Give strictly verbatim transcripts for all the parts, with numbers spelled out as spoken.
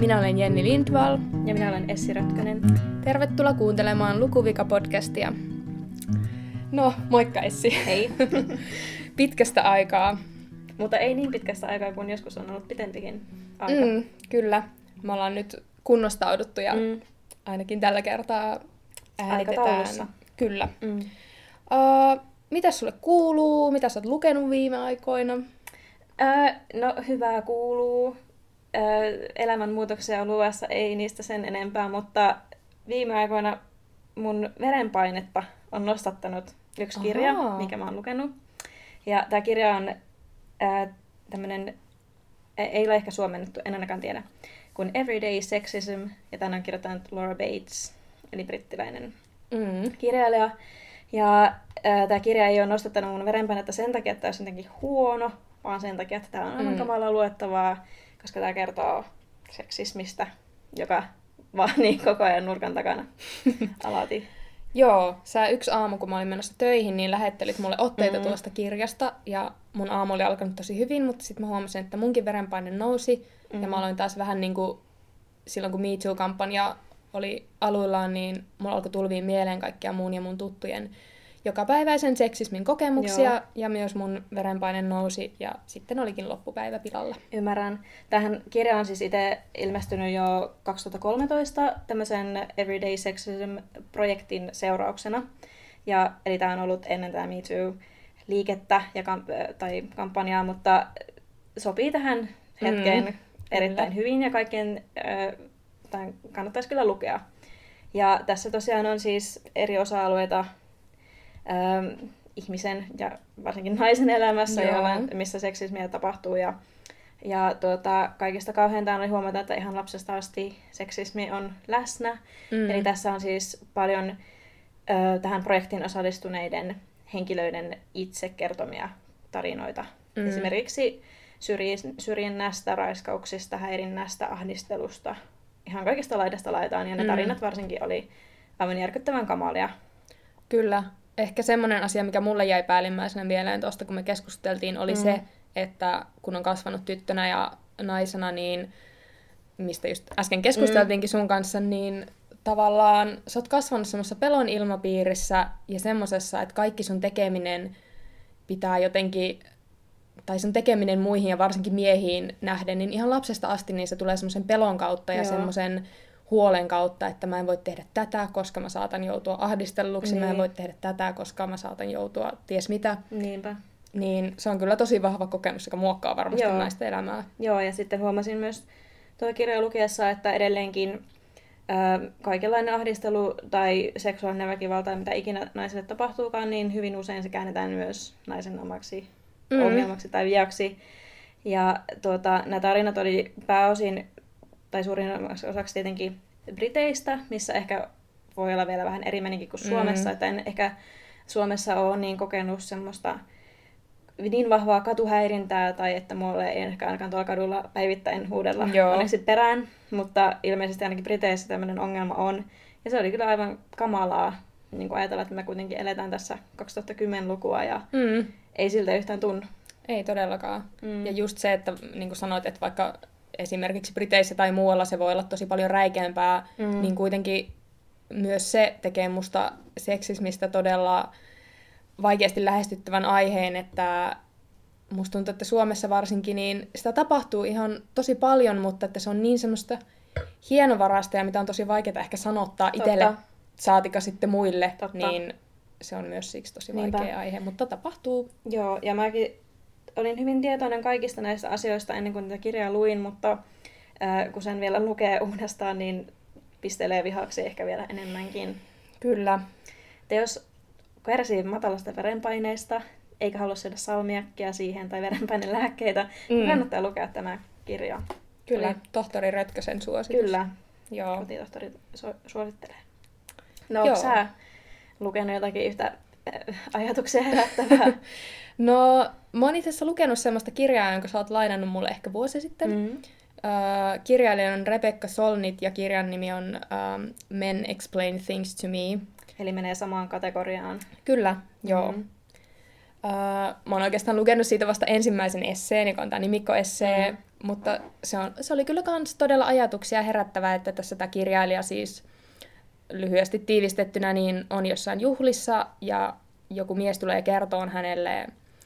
Minä olen Jenni Lindvall. Ja minä olen Essi Rötkönen. Tervetuloa kuuntelemaan Lukuvika-podcastia. No, moikka Essi. Hei. Pitkästä aikaa. Mutta ei niin pitkästä aikaa kuin joskus on ollut pitempikin aika. Mm, kyllä. Me ollaan nyt kunnostauduttu ja Mm. ainakin tällä kertaa äänitetään. Aikataulussa. Kyllä. Mm. Uh, mitä sulle kuuluu? Mitä sä oot lukenut viime aikoina? Öö, no, hyvää kuuluu. Öö, elämänmuutoksia on luvassa, ei niistä sen enempää, mutta viime aikoina mun verenpainetta on nostattanut yksi kirja, Ahaa. mikä mä oon lukenut. Ja tää kirja on öö, tämmönen, ei ole ehkä suomennettu, en ainakaan tiedä, kuin Everyday Sexism, ja tän on kirjoittanut Laura Bates, eli brittiläinen Mm. kirjailija. Ja äh, tämä kirja ei ole nostattanut mun verenpainetta sen takia, että tämä olisi jotenkin huono, vaan sen takia, että tämä on aivan Mm. kamalaa luettavaa, koska tämä kertoo seksismistä, joka vaan niin koko ajan nurkan takana alati. Joo, sä yksi aamu, kun mä olin menossa töihin, niin lähettelit mulle otteita Mm. tuosta kirjasta. Ja mun aamu oli alkanut tosi hyvin, mutta sitten mä huomasin, että munkin verenpaine nousi. Mm. Ja mä aloin taas vähän niin kuin silloin, kun Me Too-kampanja oli aluillaan, niin mulla alkoi tulviin mieleen kaikkia mun ja mun tuttujen jokapäiväisen seksismin kokemuksia. Joo. Ja myös mun verenpaine nousi ja sitten olikin loppupäivä pilalla. Ymmärrän. Tähän kirja on siis itse ilmestynyt jo kaksituhattakolmetoista tämmöisen Everyday Sexism-projektin seurauksena. Ja, eli tämä on ollut ennen tämä Me Too-liikettä ja kamp- tai kampanjaa, mutta sopii tähän hetkeen Mm, erittäin kyllä. hyvin ja kaikkien äh, tämän kannattaisi kyllä lukea. Ja tässä tosiaan on siis eri osa-alueita ähm, ihmisen ja varsinkin naisen elämässä, Joo. jolla, missä seksismiä tapahtuu. Ja, ja tuota, kaikista kauheinta oli huomata, että ihan lapsesta asti seksismi on läsnä. Mm. Eli tässä on siis paljon ö, tähän projektiin osallistuneiden henkilöiden itse kertomia tarinoita. Mm. Esimerkiksi syrji- syrjinnästä, raiskauksista, häirinnästä, ahdistelusta. Ihan kaikista laidasta laitaan. Ja ne Mm. tarinat varsinkin oli aivan järkyttävän kamalia. Kyllä. Ehkä semmoinen asia, mikä mulle jäi päällimmäisenä mieleen tuosta, kun me keskusteltiin, oli Mm. se, että kun on kasvanut tyttönä ja naisena, niin mistä just äsken keskusteltiinkin sun kanssa, niin tavallaan sä oot kasvanut semmoisessa pelon ilmapiirissä ja semmosessa, että kaikki sun tekeminen pitää jotenkin, tai sun tekeminen muihin ja varsinkin miehiin nähden, niin ihan lapsesta asti niin se tulee semmoisen pelon kautta ja Joo. semmoisen huolen kautta, että mä en voi tehdä tätä, koska mä saatan joutua ahdistelluksi, Niin. mä en voi tehdä tätä, koska mä saatan joutua ties mitä. Niinpä. Niin se on kyllä tosi vahva kokemus, joka muokkaa varmasti Joo. naisten elämää. Joo, ja sitten huomasin myös tuota kirjaa lukiessa, että edelleenkin ää, kaikenlainen ahdistelu tai seksuaalinen väkivalta, mitä ikinä naiselle tapahtuukaan, niin hyvin usein se käännetään myös naisen omaksi Mm. ongelmaksi tai viaksi. Ja tuota, nämä tarinat oli pääosin, tai suurin osaksi tietenkin Briteistä, missä ehkä voi olla vielä vähän eri meininki kuin Suomessa, Mm. että en ehkä Suomessa ole niin kokenut semmoista niin vahvaa katuhäirintää, tai että mulle ei ehkä ainakaan tuolla kadulla päivittäin huudella Joo. onneksi perään, mutta ilmeisesti ainakin Briteissä tämmöinen ongelma on. Ja se oli kyllä aivan kamalaa niin kuin ajatella, että me kuitenkin eletään tässä kaksituhattakymmenlukua ja Mm. ei siltä yhtään tunnu. Ei todellakaan. Mm. Ja just se, että niin kuin sanoit, että vaikka esimerkiksi Briteissä tai muualla se voi olla tosi paljon räikeämpää, Mm. niin kuitenkin myös se tekee musta seksismistä todella vaikeasti lähestyttävän aiheen, että musta tuntuu, että Suomessa varsinkin niin sitä tapahtuu ihan tosi paljon, mutta että se on niin semmoista hienovarasta ja mitä on tosi vaikeaa ehkä sanottaa Totta. itselle, saatika sitten muille, Totta. niin se on myös siksi tosi Niinpä. vaikea aihe, mutta tapahtuu. Joo, ja mäkin olin hyvin tietoinen kaikista näistä asioista ennen kuin tätä kirjaa luin, mutta äh, kun sen vielä lukee uudestaan, niin pistelee vihaksi ehkä vielä enemmänkin. Kyllä. Teos kärsii matalasta verenpaineesta, eikä halua syödä salmiakkia siihen tai verenpainelääkkeitä, Mm. mm. kannattaa lukea tämä kirja. Kyllä, Oli- tohtori Rötkösen suositus. Kyllä, Joo. kotitohtori su- suosittelee. No, Joo. onko sä lukenut jotakin yhtä äh, ajatuksia herättävää? No, mä oon itse asiassa lukenut semmoista kirjaa, jonka sä oot lainannut mulle ehkä vuosi sitten. Mm. Uh, kirjailija on Rebecca Solnit ja kirjan nimi on um, Men Explain Things to Me. Eli menee samaan kategoriaan. Kyllä, joo. Mm. Uh, mä oon oikeastaan lukenut siitä vasta ensimmäisen esseen, joka on tämä nimikkoessee. Mm. mutta se, on, se oli kyllä kans todella ajatuksia herättävää, että tässä tämä kirjailija siis lyhyesti tiivistettynä niin on jossain juhlissa ja joku mies tulee kertoon hänelle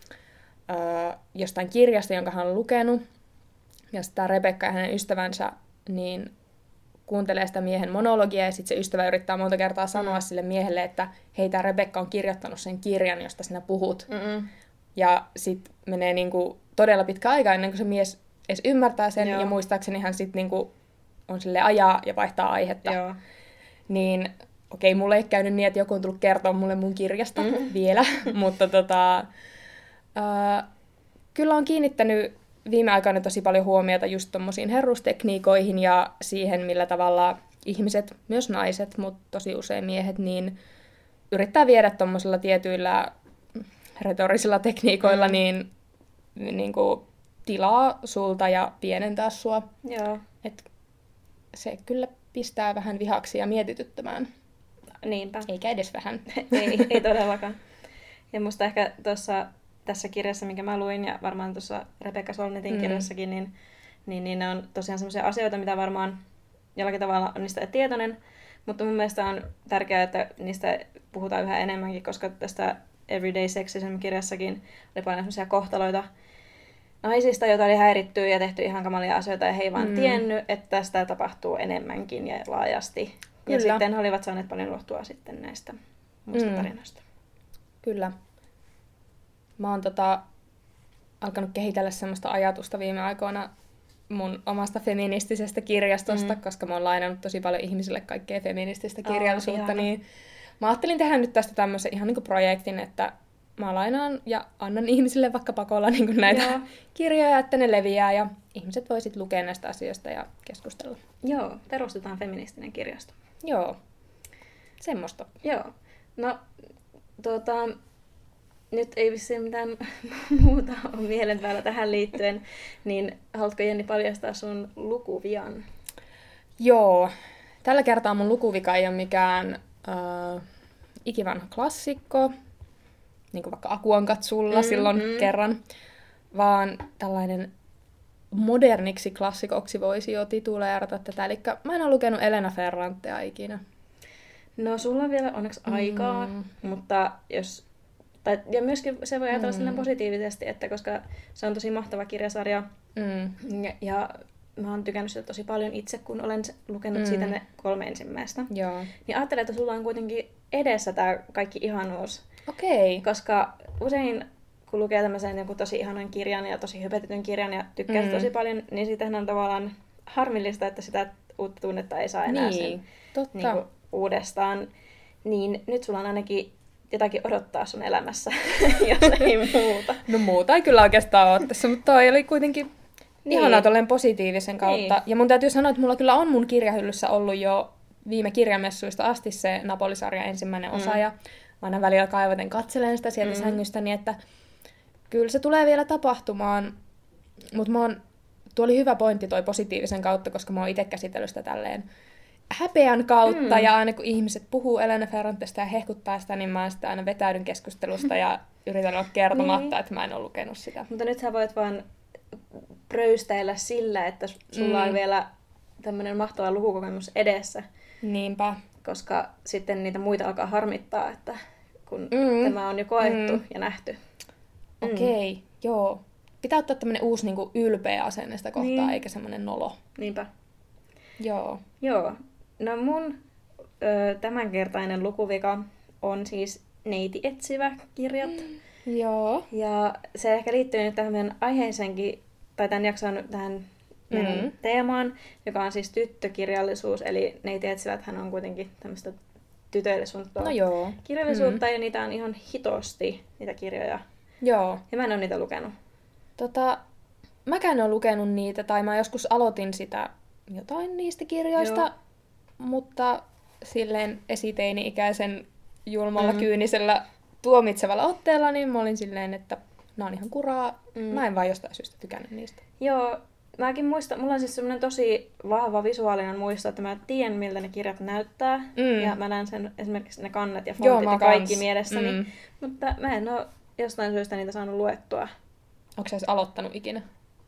ö, jostain kirjasta, jonka hän on lukenut. Ja sitten Rebekka ja hänen ystävänsä niin kuuntelee sitä miehen monologia ja sitten se ystävä yrittää monta kertaa sanoa mm. sille miehelle, että hei, tämä Rebekka on kirjoittanut sen kirjan, josta sinä puhut. Mm-mm. Ja sitten menee niinku todella pitkä aika ennen kuin se mies edes ymmärtää sen. Joo. Ja muistaakseni hän sitten niinku on sille ajaa ja vaihtaa aihetta. Joo. Niin okei, okay, mulle ei käynyt niin, että joku on tullut kertoa mulle mun kirjasta mm-hmm. vielä. Mutta tota, äh, kyllä on kiinnittänyt viime aikoina tosi paljon huomiota just tommosiin herrustekniikoihin ja siihen, millä tavalla ihmiset, myös naiset, mutta tosi usein miehet, niin yrittää viedä tommosilla tietyillä retorisilla tekniikoilla mm. niin, niin kuin tilaa sulta ja pienentää sua. Joo. Et se kyllä pistää vähän vihaksi ja mietityttämään. Niinpä. Eikä edes vähän. ei, ei todellakaan. Ja musta ehkä tuossa tässä kirjassa, minkä mä luin, ja varmaan tuossa Rebekka Solnitin mm. kirjassakin, niin, niin, niin ne on tosiaan sellaisia asioita, mitä varmaan jollakin tavalla on niistä tietoinen, mutta mun mielestä on tärkeää, että niistä puhutaan yhä enemmänkin, koska tästä Everyday Sexism-kirjassakin oli paljon sellaisia kohtaloita naisista, joita oli häiritty ja tehty ihan kamalia asioita, ja he ei vaan mm. tiennyt, että tästä tapahtuu enemmänkin ja laajasti. Kyllä. Ja sitten he olivat saaneet paljon lohtua sitten näistä muista mm. tarinoista. Kyllä. Mä oon tota, alkanut kehitellä semmoista ajatusta viime aikoina mun omasta feministisestä kirjastosta, mm. koska mä oon lainannut tosi paljon ihmisille kaikkea feminististä kirjallisuutta, oh, niin mä ajattelin tehdä nyt tästä tämmöisen ihan niin kuin projektin, että mä lainaan ja annan ihmisille vaikka pakolla niin kuin näitä Joo. kirjoja, että ne leviää ja ihmiset voi sit lukea näistä asioista ja keskustella. Joo, perustetaan feministinen kirjasto. Joo, semmoista. Joo, no tuota... Nyt ei vissiin mitään muuta ole mielen päällä tähän liittyen, niin haluatko Jenni paljastaa sun lukuvian? Joo. Tällä kertaa mun lukuvika ei ole mikään äh, ikivanha klassikko, niin kuin vaikka Akuankatsulla mm, silloin mm. kerran, vaan tällainen moderniksi klassikoksi voisi jo tituleerata tätä. Eli mä en ole lukenut Elena Ferrantea ikinä. No sulla on vielä onneksi aikaa, mm. mutta jos... Tai, ja myöskin se voi ajatella mm. positiivisesti, että koska se on tosi mahtava kirjasarja mm. ja, ja mä oon tykännyt sitä tosi paljon itse, kun olen lukenut mm. siitä ne kolme ensimmäistä. Joo. Niin ajattelen, että sulla on kuitenkin edessä tää kaikki ihanuus. Okei. Okay. Koska usein kun lukee tämmöisen joku tosi ihanan kirjan ja tosi hypetetyn kirjan ja tykkää mm. tosi paljon, niin siitähän on tavallaan harmillista, että sitä uutta tunnetta ei saa enää niin, sen totta. Niin kuin, uudestaan. Niin nyt sulla on ainakin jotakin odottaa sun elämässä, jos ei muuta. No muuta ei kyllä oikeastaan ole tässä, mutta toi oli kuitenkin niin. ihanaa tolleen positiivisen kautta. Niin. Ja mun täytyy sanoa, että mulla kyllä on mun kirjahyllyssä ollut jo viime kirjamessuista asti se Napoli-sarja ensimmäinen mm. osa, ja mä aina välillä kaivaten katselen sitä sieltä mm. sängystäni, että kyllä se tulee vielä tapahtumaan, mutta mä oon, tuo oli hyvä pointti toi positiivisen kautta, koska mä oon itse käsitellyt sitä tälleen häpeän kautta, mm. ja aina kun ihmiset puhuu Elena Ferrantesta ja hehkuttaa sitä, niin mä sitten aina vetäydyn keskustelusta ja yritän olla kertomatta, niin. että mä en ole lukenut sitä. Mutta nyt sä voit vaan pröystäillä sillä, että sulla mm. on vielä tämmöinen mahtava lukukokemus edessä. Niinpä. Koska sitten niitä muita alkaa harmittaa, että kun mm. tämä on jo koettu mm. ja nähty. Okei, okay, mm. joo. Pitää ottaa tämmöinen uusi niin kuin ylpeä asenne sitä kohtaa, niin. eikä semmoinen nolo. Niinpä. Joo. Joo. No mun ö, tämänkertainen lukuvika on siis Neiti etsivä -kirjat. Mm. Joo. Ja se ehkä liittyy nyt tähän meidän aiheeseenkin, tai tämän jakson tähän meidän mm. teemaan, joka on siis tyttökirjallisuus. Eli Neiti etsiväthän on kuitenkin tämmöistä tytöille suunnattua no joo. kirjallisuutta, mm. ja niitä on ihan hitosti, niitä kirjoja. Joo. Ja mä en ole niitä lukenut. Tota, mäkään en ole lukenut niitä, tai mä joskus aloitin sitä jotain niistä kirjoista, joo. mutta silleen esiteini-ikäisen julmalla mm. kyynisellä tuomitsevalla otteella, niin mä olin silleen, että nämä on ihan kuraa. Mm. Mä en vaan jostain syystä tykännyt niistä. Joo, mäkin muistan, mulla on siis semmoinen tosi vahva visuaalinen muisto, että mä tiedän, miltä ne kirjat näyttää. Mm. Ja mä näen sen esimerkiksi ne kannet ja fontit Joo, ja kaikki kans. mielessäni. Mm. Mutta mä en oo jostain syystä niitä saanut luettua. Onko sä edes aloittanut ikinä?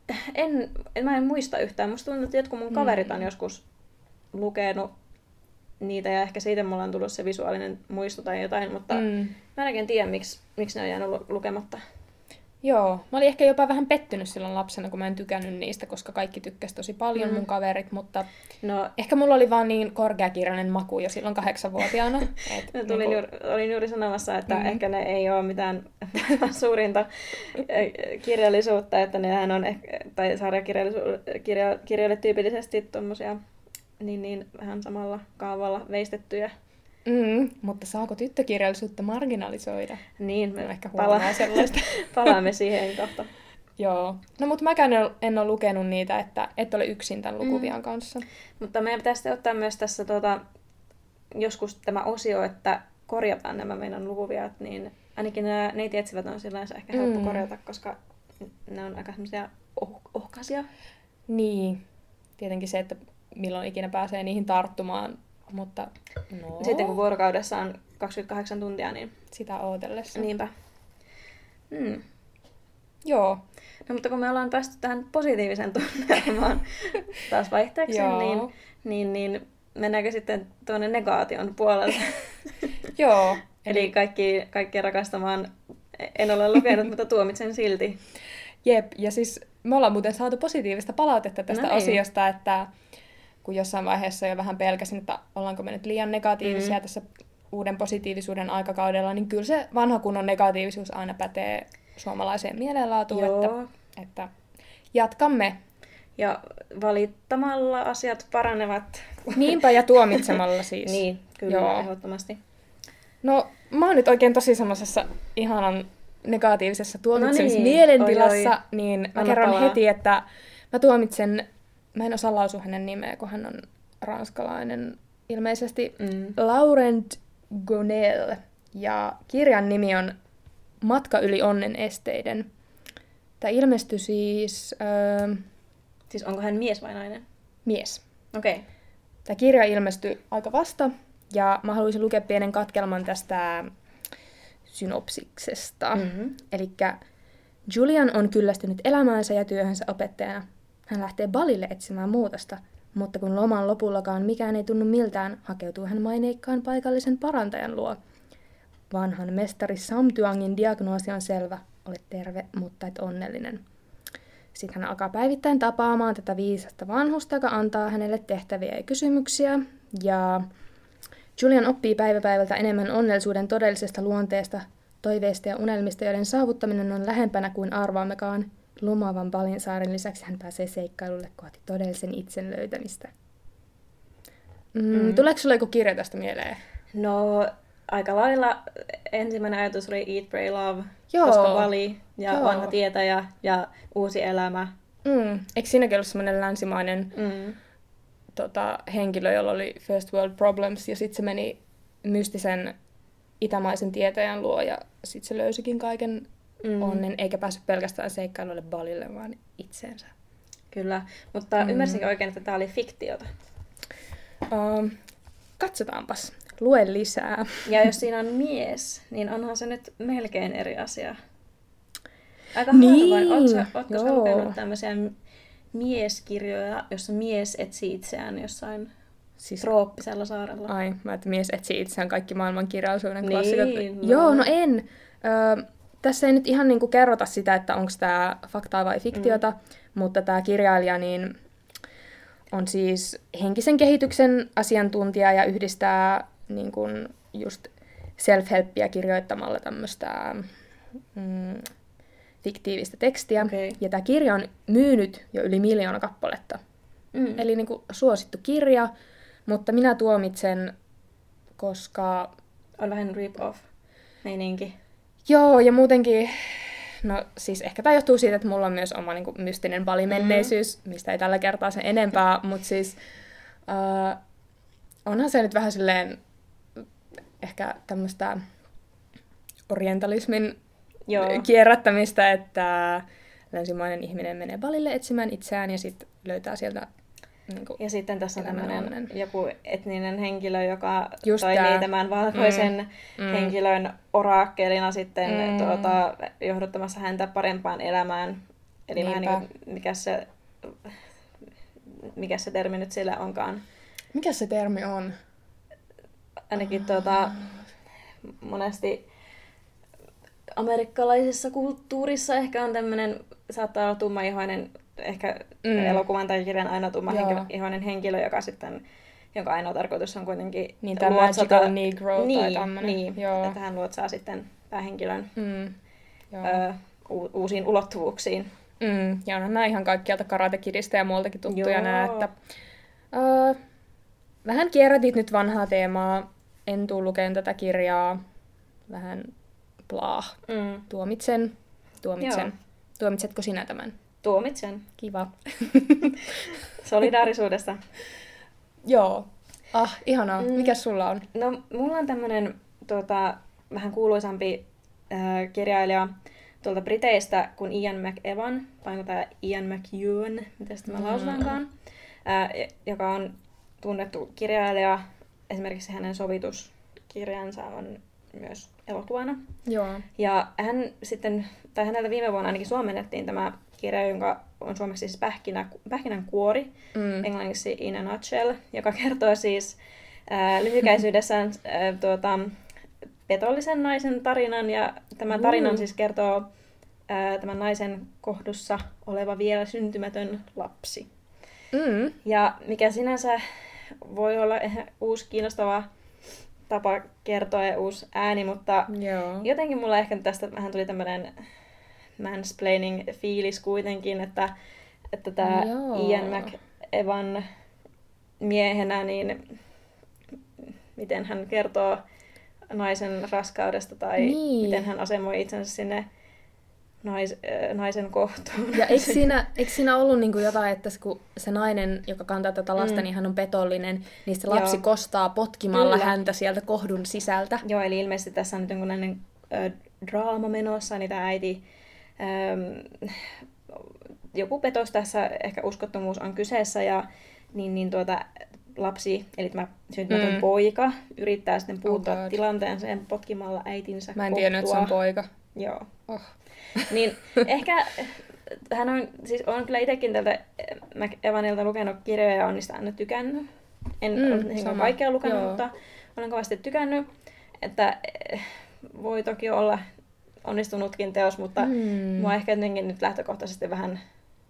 en, en, mä en muista yhtään. Musta tuntuu, että jotkut mun kaverit on mm. joskus lukenut niitä ja ehkä siitä mulla on tullut se visuaalinen muisto tai jotain, mutta mm. mä en oikein tiedä, miksi, miksi ne on jäänyt lukematta. Joo, mä olin ehkä jopa vähän pettynyt silloin lapsena, kun mä en tykännyt niistä, koska kaikki tykkäsi tosi paljon mm. mun kaverit, mutta no, ehkä mulla oli vaan niin korkeakirjainen maku jo silloin kahdeksanvuotiaana. Et, no, tulin, niin juuri, olin juuri sanomassa, että mm. ehkä ne ei ole mitään suurinta kirjallisuutta, että nehän on, ehkä, tai sarjakirjoille tyypillisesti tommosia niin, niin vähän samalla kaavalla veistettyjä. Mm, mutta saako tyttökirjallisuutta marginalisoida? Niin, me ehkä huomaa sellaista. Palaamme siihen kohta. Joo. No mutta mäkään en ole lukenut niitä, että et ole yksin tämän lukuvian mm. kanssa. Mutta meidän pitäisi ottaa myös tässä tuota, joskus tämä osio, että korjataan nämä meidän lukuviat, niin ainakin nämä neiti etsivät on sillänsä ehkä helppo mm. korjata, koska ne on aika semmoisia oh- ohkaisia. Niin. Tietenkin se, että milloin ikinä pääsee niihin tarttumaan. Mutta no. Sitten kun vuorokaudessa on kaksikymmentäkahdeksan tuntia, niin sitä ootellessa. Niinpä. Mm. Joo. No mutta kun me ollaan päästy tähän positiivisen tunnelmaan taas vaihteeksi, niin, niin, niin mennäänkö sitten tuonne negaation puolelle? Joo. Eli kaikki, kaikki rakastamaan en ole lukenut, mutta tuomitsen silti. Jep, ja siis me ollaan muuten saatu positiivista palautetta tästä no osiosta, että kun jossain vaiheessa jo vähän pelkäsin, että ollaanko me nyt liian negatiivisia mm. tässä uuden positiivisuuden aikakaudella, niin kyllä se vanha kunnon negatiivisuus aina pätee suomalaiseen mielenlaatuun, että, että jatkamme. Ja valittamalla asiat paranevat. Niinpä, ja tuomitsemalla siis. Niin, kyllä, Joo. ehdottomasti. No, mä oon nyt oikein tosi semmoisessa ihanan negatiivisessa tuomitsemismielentilassa, no niin, niin mä Anna kerron palaa. heti, että mä tuomitsen. Mä en osaa lausua hänen nimeä, kun hän on ranskalainen ilmeisesti. Mm. Laurent Gonel. Ja kirjan nimi on Matka yli onnen esteiden. Tämä ilmestyi siis... Öö, siis onko hän mies vai nainen? Mies. Okei. Okay. Tämä kirja ilmestyi aika vasta. Ja mä haluaisin lukea pienen katkelman tästä synopsiksesta. Mm-hmm. Elikkä Julian on kyllästynyt elämäänsä ja työhönsä opettajana. Hän lähtee balille etsimään muutosta, mutta kun loman lopullakaan mikään ei tunnu miltään, hakeutuu hän maineikkaan paikallisen parantajan luo. Vanhan mestari Sam Tuangin diagnoosi on selvä. Olet terve, mutta et onnellinen. Sitten hän alkaa päivittäin tapaamaan tätä viisasta vanhusta, joka antaa hänelle tehtäviä ja kysymyksiä. Ja Julian oppii päivä päivältä enemmän onnellisuuden todellisesta luonteesta, toiveista ja unelmista, joiden saavuttaminen on lähempänä kuin arvaammekaan. Lumaavan Balinsaaren lisäksi hän pääsee seikkailulle kohti todellisen itsen löytämistä. Mm, mm. Tuleeko sinulle joku kirja tästä mieleen? No, aika lailla ensimmäinen ajatus oli Eat, Pray, Love, Joo. koska Bali ja Joo. vanha tietäjä ja uusi elämä. Mm. Eikö siinäkin ollut semmoinen länsimainen mm. tota, henkilö, jolla oli First World Problems, ja sitten se meni mystisen itämaisen tietäjän luo, ja sitten se löysikin kaiken mm. onnen, eikä päässyt pelkästään seikkailulle Balille, vaan itseensä. Kyllä, mutta mm. ymmärsinkö oikein, että tämä oli fiktiota? Uh, katsotaanpas. Lue lisää. Ja jos siinä on mies, niin onhan se nyt melkein eri asia. Aika niin, harvoin. Oletko, oletko sä lukenut tämmöisiä mieskirjoja, jossa mies etsii itseään jossain siis trooppisella saarella? Ai, mä että mies etsii itseään kaikki maailman kirjallisuuden niin, klassikot. No. Joo, no en. Ö, tässä ei nyt ihan niinku kerrota sitä, että onko tämä faktaa vai fiktiota, mm. mutta tämä kirjailija niin on siis henkisen kehityksen asiantuntija ja yhdistää niin kun just self-helppiä kirjoittamalla tämmöistä mm, fiktiivistä tekstiä. Okay. Ja tämä kirja on myynyt jo yli miljoona kappaletta. Mm. Eli niin kun suosittu kirja, mutta minä tuomitsen, koska... On vähän rip-off meininki. Joo, ja muutenkin... No siis ehkä tämä johtuu siitä, että mulla on myös oma niin kuin, mystinen balimenneisyys, mm. mistä ei tällä kertaa sen enempää, mutta siis uh, onhan se nyt vähän silleen ehkä tämmöistä orientalismin Joo. kierrättämistä, että länsimainen ihminen menee balille etsimään itseään ja sitten löytää sieltä niin kuin, ja sitten tässä on tämmöinen joku etninen henkilö, joka Just toimii tää. tämän valkoisen mm. henkilön oraakkelina sitten mm. tuota, johdottamassa häntä parempaan elämään. Eli vähän niin kuin, mikä se, mikä se termi nyt sillä onkaan. Mikä se termi on? Ainakin tuota, monesti amerikkalaisessa kulttuurissa ehkä on tämmöinen, saattaa olla tummaihoinen, ehkä mm. elokuvan tai kirjan ainoa tummaihoinen henkilö, joka sitten, jonka ainoa tarkoitus on kuitenkin niin, tämä magical negro niin, tai tämmöinen. Niin, joo. Että hän luotsaa sitten päähenkilön mm. ö, u- uusiin ulottuvuuksiin. Mm. Ja onhan nämä ihan kaikkialta Karate Kidistä ja muultakin tuttuja joo. nämä, että uh, vähän kierrätit nyt vanhaa teemaa, en tuu lukemaan tätä kirjaa, vähän blah. Mm. Tuomitsen, tuomitsen. Joo. Tuomitsetko sinä tämän? Tuomitsen. Kiva. Solidaarisuudesta. Joo. Ah, ihanaa. Mm. Mikäs sulla on? No, mulla on tämmönen tuota, vähän kuuluisampi äh, kirjailija tuolta Briteistä kuin Ian McEwan, vai tämä Ian McEwan, miten sitä mä lausutaankaan, äh, joka on tunnettu kirjailija. Esimerkiksi hänen sovituskirjansa on myös elokuvana. Joo. Ja hän sitten, tai häneltä viime vuonna ainakin suomennettiin tämä kirja, jonka on suomeksi siis Pähkinä, Pähkinän kuori, mm. englanniksi In a Nutshell, joka kertoo siis ää, lyhykäisyydessään ää, tuota, petollisen naisen tarinan, ja tämä tarinan mm. siis kertoo ää, tämän naisen kohdussa oleva vielä syntymätön lapsi. Mm. Ja mikä sinänsä voi olla uusi kiinnostava tapa kertoa ja uusi ääni, mutta Joo. jotenkin mulla ehkä tästä vähän tuli tämmöinen mansplaining-fiilis kuitenkin, että, että tämä Ian McEwan miehenä, niin miten hän kertoo naisen raskaudesta tai niin. miten hän asemoi itsensä sinne nais, naisen kohtuun. Ja eikö siinä, eikö siinä ollut niinku jotain, että se, kun se nainen, joka kantaa tätä lasta, mm. niin hän on petollinen, niin se lapsi Joo. kostaa potkimalla Kyllä. häntä sieltä kohdun sisältä. Joo, eli ilmeisesti tässä on nyt jonkunlainen äh, draama menossa, niin tämä äiti, ähm, joku petos tässä, ehkä uskottomuus on kyseessä, ja niin, niin tuota, lapsi, eli tämä syntymätön mm. poika, yrittää sitten puuttua oh tilanteeseen potkimalla äitinsä Mä en tiennyt, että se on poika. Joo. Oh. Niin ehkä hän on, siis on kyllä itsekin tältä McEwanilta lukenut kirjoja ja on niistä aina tykännyt. En mm, ole niin kaikkea lukenut, Joo. mutta olen kovasti tykännyt. Että voi toki olla onnistunutkin teos, mutta mm. mua ehkä jotenkin nyt lähtökohtaisesti vähän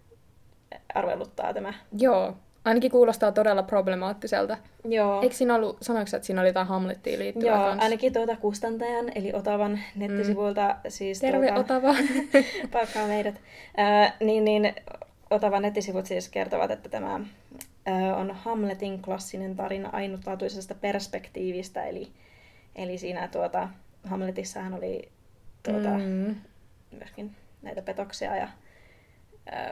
arveluttaa tämä. Joo, ainakin kuulostaa todella problemaattiselta. Joo. Eikö siinä ollut, sanoiko että siinä oli jotain Hamlettiin liittyvää Joo, kanssa? ainakin tuota kustantajan, eli Otavan nettisivuilta. Mm. Siis Terve tuota, Otava! Palkkaa meidät. Äh, niin, niin, Otavan nettisivut siis kertovat, että tämä äh, on Hamletin klassinen tarina ainutlaatuisesta perspektiivistä, eli, eli siinä tuota, Hamletissahan oli tuota, mm. myöskin näitä petoksia ja äh,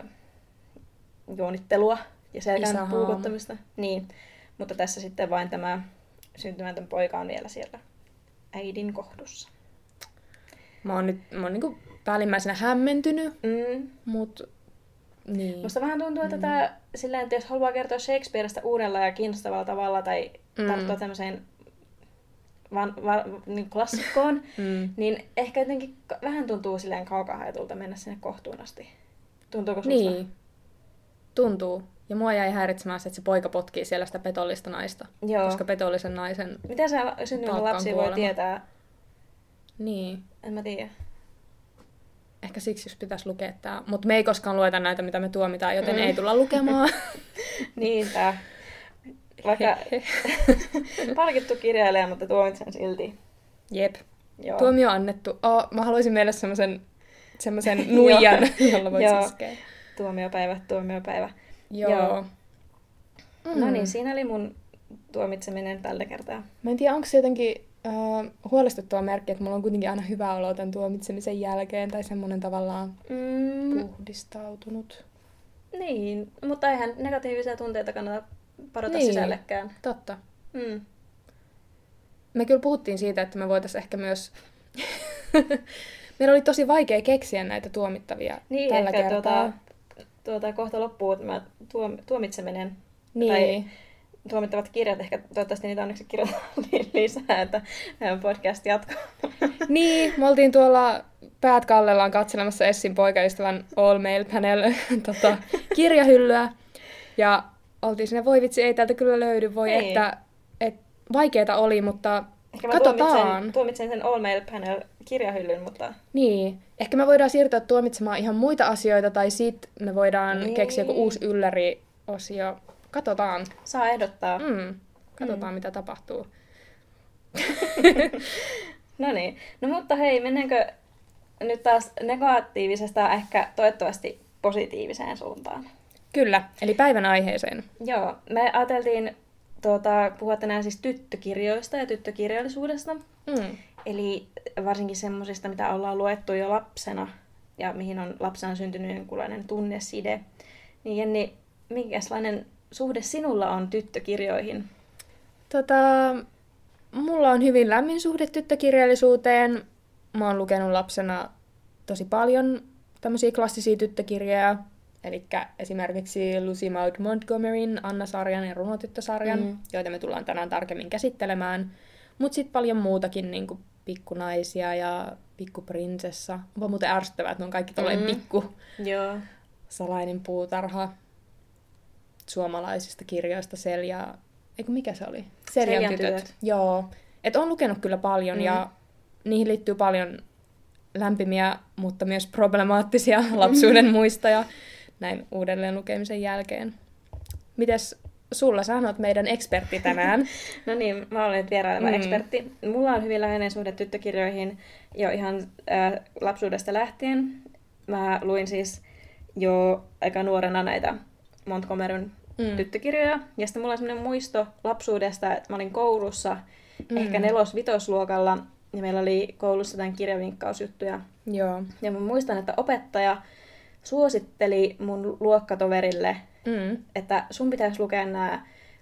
juonittelua ja selkään puukottamista. Niin, mutta tässä sitten vain tämä syntymätön poika on vielä siellä äidin kohdussa. Mä oon nyt mä oon niinku päällimmäisenä hämmentynyt, mm. mut niin. Musta vähän tuntuu, että mm. tää, sillä, että jos haluaa kertoa Shakespearestä uudella ja kiinnostavalla tavalla tai mm. tarttua tämmöiseen van, va, niin klassikkoon, mm. niin ehkä jotenkin vähän tuntuu silleen kaukaa-ajatulta mennä sinne kohtuun asti. Tuntuuko susta? Niin. Tuntuu. Ja mua jäi häiritsemään se, että se poika potkii siellä sitä petollista naista. Joo. Koska petollisen naisen Miten se syntynyt lapsi voi tietää? Niin. En mä tiedä. Ehkä siksi, jos pitäisi lukea tää. Mutta me ei koskaan lueta näitä, mitä me tuomitaan, joten mm. ei tulla lukemaan. Niinpä. Vaikka palkittu kirjailija, mutta tuomitsen silti. Jep. Joo. Tuomio annettu. Oh, mä haluaisin meille semmoisen semmoisen nuijan, jolla voit iskeä. Tuomiopäivä, tuomiopäivä. Joo. Joo. Mm. No niin, siinä oli mun tuomitseminen tällä kertaa. Mä en tiedä, onko se jotenkin uh, huolestuttava merkki, että mulla on kuitenkin aina hyvä olo tämän tuomitsemisen jälkeen, tai semmoinen tavallaan mm. puhdistautunut. Niin, mutta eihän negatiivisia tunteita kannata parota niin, sisällekään. Totta. Mm. Me kyllä puhuttiin siitä, että me voitaisiin ehkä myös... Meillä oli tosi vaikea keksiä näitä tuomittavia niin, tällä kertaa. Tuota, tuota, kohta loppuu tämä tuom- tuomitseminen. Niin. Tai tuomittavat kirjat, ehkä toivottavasti niitä onneksi kirjoitetaan lisää, että meidän podcast jatkuu. Niin, me oltiin tuolla päät kallellaan katselemassa Essin poikaystävän All Male Panel tota, kirjahyllyä. Ja oltiin sinne, voi vitsi, ei täältä kyllä löydy, voi, ei. että et, vaikeeta oli, mutta ehkä mä katsotaan. Tuomitsen, tuomitsen sen All Male Panel kirjahyllyn, mutta... Niin, ehkä me voidaan siirtyä tuomitsemaan ihan muita asioita, tai sit me voidaan niin. keksiä joku uusi ylläri-osio. Katsotaan. Saa ehdottaa. Mm. Katsotaan, mm. mitä tapahtuu. No niin. No mutta hei, mennäänkö nyt taas negatiivisesta ehkä toivottavasti positiiviseen suuntaan? Kyllä, eli päivän aiheeseen. Joo, me ajateltiin tuota, puhua tänään siis tyttökirjoista ja tyttökirjallisuudesta. Mm. Eli varsinkin semmoisista, mitä ollaan luettu jo lapsena ja mihin on lapsena syntynyt jonkunlainen tunneside. Niin Jenni, minkälainen suhde sinulla on tyttökirjoihin? Tota, mulla on hyvin lämmin suhde tyttökirjallisuuteen. Mä oon lukenut lapsena tosi paljon tämmöisiä klassisia tyttökirjoja. Eli esimerkiksi Lucy Maud Montgomeryn Anna-sarjan ja Runotyttösarjan, mm. joita me tullaan tänään tarkemmin käsittelemään. Mutta sitten paljon muutakin, niin kuin Pikkunaisia ja Pikkuprinsessa. Onpa muuten ärsyttävää, että ne on kaikki tolleen mm. pikku. Joo. Salainen puutarha. Suomalaisista kirjoista Selja... Eikö mikä se oli? Seljan, Seljan tytöt. tytöt. Joo. Et on lukenut kyllä paljon mm. ja niihin liittyy paljon lämpimiä, mutta myös problemaattisia lapsuuden muistoja näin uudelleen lukemisen jälkeen. Mites sulla? Sä oot meidän ekspertti tänään. No niin, mä olen vieraileva mm. ekspertti. Mulla on hyvin läheinen suhde tyttökirjoihin jo ihan äh, lapsuudesta lähtien. Mä luin siis jo aika nuorena näitä Montgomeryn mm. tyttökirjoja. Ja sitten mulla on sellainen muisto lapsuudesta, että mä olin koulussa mm. ehkä nelos-vitosluokalla. Ja meillä oli koulussa tämän kirjavinkkausjuttuja. Joo. Ja mä muistan, että opettaja suositteli mun luokkatoverille, mm. että sun pitäisi lukea nämä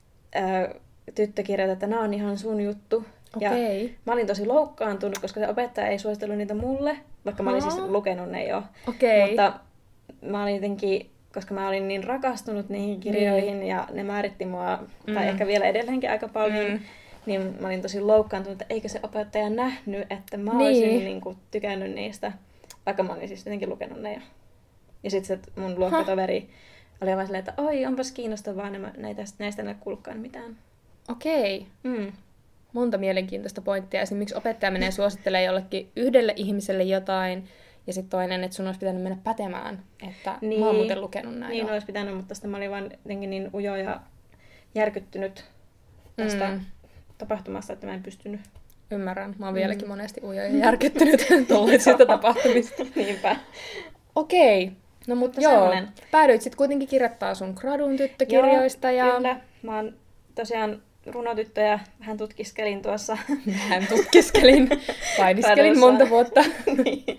ö, tyttökirjat, että nämä on ihan sun juttu. Okay. Ja mä olin tosi loukkaantunut, koska se opettaja ei suositellut niitä mulle, vaikka mä olin siis lukenut ne jo. Okay. Mutta mä olin jotenkin, koska mä olin niin rakastunut niihin kirjoihin mm. ja ne määritti mua, mm. tai ehkä vielä edelleenkin aika paljon, mm. niin mä olin tosi loukkaantunut, että eikö se opettaja nähnyt, että mä niin. olisin niin kuin tykännyt niistä, vaikka mä olin siis jotenkin lukenut ne jo. Ja sitten se mun luokkatoveri huh. oli vaan silleen, että oi, onpas kiinnostavaa, näitä, näistä en ole kuullutkaan mitään. Okei. Mm. Monta mielenkiintoista pointtia. Esimerkiksi opettaja menee suosittelemaan jollekin yhdelle ihmiselle jotain, ja sitten toinen, että sun olisi pitänyt mennä pätemään, että niin. mä oon muuten lukenut näin. Niin, olisi pitänyt, mutta sitten mä olin vaan jotenkin niin ujo ja järkyttynyt tästä mm. tapahtumasta, että mä en pystynyt. Ymmärrän. Mä oon mm. vieläkin monesti ujo ja järkyttynyt tuollaisista tapahtumista. Niinpä. Okei. No mutta joo, sellainen. Päädyit sitten kuitenkin kirjoittaa sun gradun tyttökirjoista. Joo, ja... kyllä. Mä oon tosiaan runotyttö ja vähän tutkiskelin tuossa. Vähän tutkiskelin. Painiskelin monta vuotta. Niin.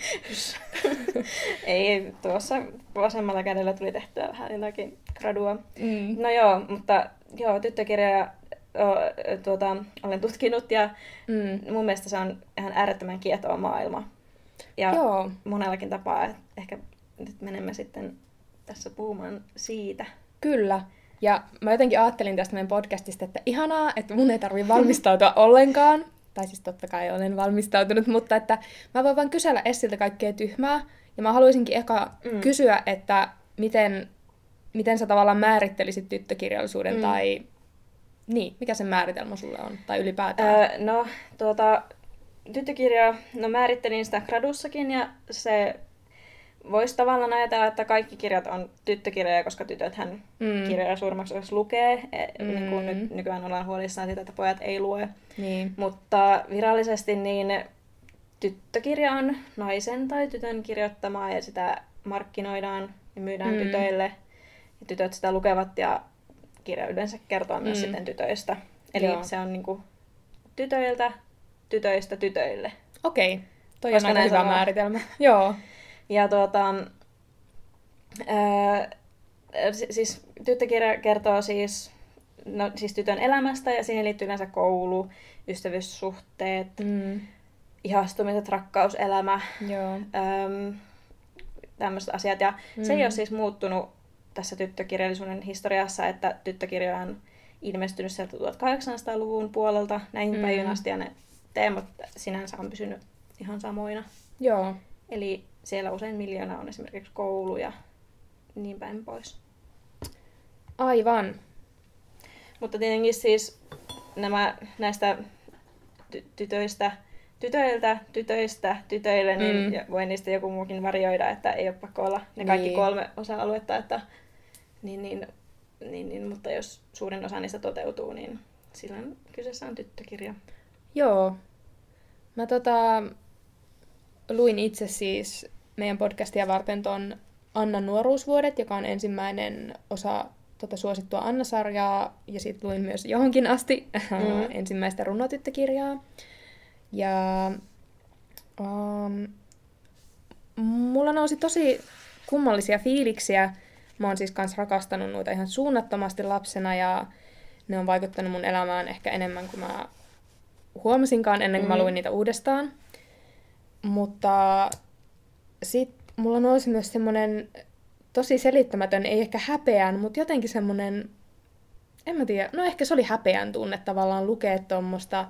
Ei, tuossa vasemmalla kädellä tuli tehtyä vähän jotakin gradua. Mm. No joo, mutta joo, tyttökirjoja o, tuota, olen tutkinut ja mm. mun mielestä se on ihan äärettömän kietova maailma. Ja joo. monellakin tapaa ehkä nyt menemme sitten tässä puhumaan siitä. Kyllä. Ja mä jotenkin ajattelin tästä meidän podcastista, että ihanaa, että mun ei tarvitse valmistautua ollenkaan. Tai siis totta kai olen valmistautunut, mutta että mä voin vaan kysellä Essiltä kaikkea tyhmää. Ja mä haluaisinkin eka mm. kysyä, että miten, miten sä tavallaan määrittelisit tyttökirjallisuuden mm. tai niin, mikä sen määritelmä sulle on tai ylipäätään? Öö, no tuota, tyttökirjaa, no määrittelin sitä gradussakin ja se voisi tavallaan ajatella, että kaikki kirjat on tyttökirjoja, koska tytöthän mm. kirjoja suurimmaksi osassa lukee. Mm. Niin kuin nyt nykyään ollaan huolissaan siitä, että pojat ei lue. Niin. Mutta virallisesti niin tyttökirja on naisen tai tytön kirjoittamaa ja sitä markkinoidaan ja myydään mm. tytöille. Ja tytöt sitä lukevat ja kirja yleensä kertoo myös mm. sitten tytöistä. Eli Joo. se on niinku tytöiltä, tytöistä tytöille. Okei, toi Koska on aika hyvä sanoo. määritelmä. Joo. Ja tuota, ää, siis tyttökirja kertoo siis, no, siis tytön elämästä ja siihen liittyy yleensä koulu, ystävyyssuhteet, mm. ihastumiset, rakkauselämä, tämmöiset asiat. Ja mm. se ei ole siis muuttunut tässä tyttökirjallisuuden historiassa, että tyttökirja on ilmestynyt sieltä tuhatkahdeksansataaluvun puolelta näihin mm. päiviin asti ja ne teemat sinänsä on pysynyt ihan samoina. Joo. Eli siellä usein miljoona on esimerkiksi koulu ja niin päin pois. Aivan. Mutta tietenkin siis nämä näistä ty- tytöistä, tytöiltä, tytöistä, tytöille, niin Mm. voi niistä joku muukin varioida, että ei ole pakko olla ne kaikki Niin. kolme osa-aluetta, että, niin, niin, niin, niin, mutta jos suurin osa niistä toteutuu, niin silloin kyseessä on tyttökirja. Joo. Mä tota, luin itse siis meidän podcastia varten ton Annan nuoruusvuodet, joka on ensimmäinen osa tota suosittua Anna-sarjaa, ja siitä luin myös johonkin asti Mm. ensimmäistä runotyttökirjaa. Ja um, mulla nousi tosi kummallisia fiiliksiä. Mä oon siis kans rakastanut noita ihan suunnattomasti lapsena, ja ne on vaikuttanut mun elämään ehkä enemmän kuin mä huomasinkaan ennen kuin mä Mm. luin niitä uudestaan. Mutta sit mulla nousi myös semmonen tosi selittämätön, ei ehkä häpeän, mutta jotenkin semmonen, en mä tiedä, no ehkä se oli häpeän tunne tavallaan lukea tuommoista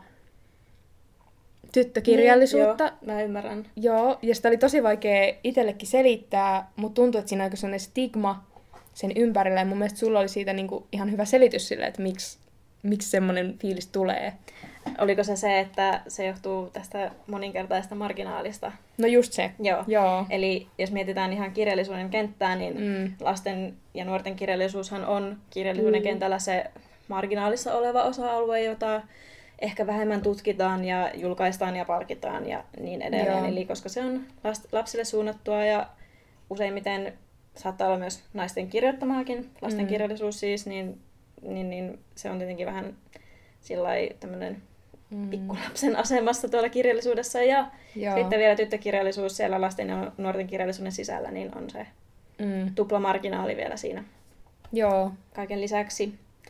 tyttökirjallisuutta. Niin, joo, mä ymmärrän. Joo, ja sitä oli tosi vaikea itsellekin selittää, mutta tuntui, että siinä on sellainen stigma sen ympärillä, ja mun mielestä sulla oli siitä niinku ihan hyvä selitys sille, että miksi, miksi semmoinen fiilis tulee. Oliko se se, että se johtuu tästä moninkertaista marginaalista? No just se. Joo. Joo. Eli jos mietitään ihan kirjallisuuden kenttää, niin Mm. lasten ja nuorten kirjallisuushan on kirjallisuuden Mm. kentällä se marginaalissa oleva osa-alue, jota ehkä vähemmän tutkitaan ja julkaistaan ja palkitaan ja niin edelleen. Joo. Eli koska se on last- lapsille suunnattua ja useimmiten saattaa olla myös naisten kirjoittamaakin, lasten Mm. kirjallisuus siis, niin, niin, niin se on tietenkin vähän sillai tämmöinen Mm. pikkulapsen asemassa tuolla kirjallisuudessa. Ja Joo. sitten vielä tyttökirjallisuus siellä lasten ja nuorten kirjallisuuden sisällä, niin on se Mm. tuplamarginaali vielä siinä Joo. kaiken lisäksi.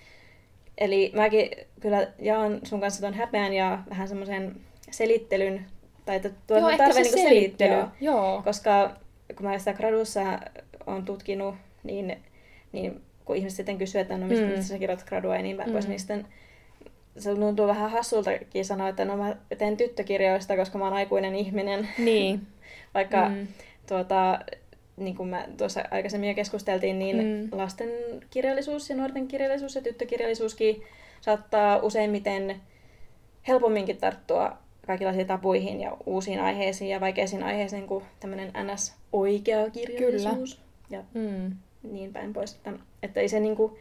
Eli mäkin kyllä jaan sun kanssa ton häpeän ja vähän semmoisen selittelyn, tai että tuo Joo, on ehkä tarve se niinku selittely. selittää. Joo. Koska kun mä sitä gradussa on tutkinut, niin, niin kun ihmiset sitten kysyy, että no mistä, Mm. mistä sä kirjoitat gradua ja niin päin pois, Mm. niin sitten se tuntuu vähän hassultakin sanoa, että no mä teen tyttökirjoista, koska mä oon aikuinen ihminen. Niin. Vaikka Mm. tuota, niin kuin mä tuossa aikaisemmin jo keskusteltiin, niin Mm. lasten kirjallisuus ja nuorten kirjallisuus ja tyttökirjallisuuskin saattaa useimmiten helpomminkin tarttua kaikenlaisiin tabuihin ja uusiin aiheisiin ja vaikeisiin aiheisiin kuin tämmöinen N S-oikea kirjallisuus. Ja Mm. niin päin pois. Että, että ei se niinku,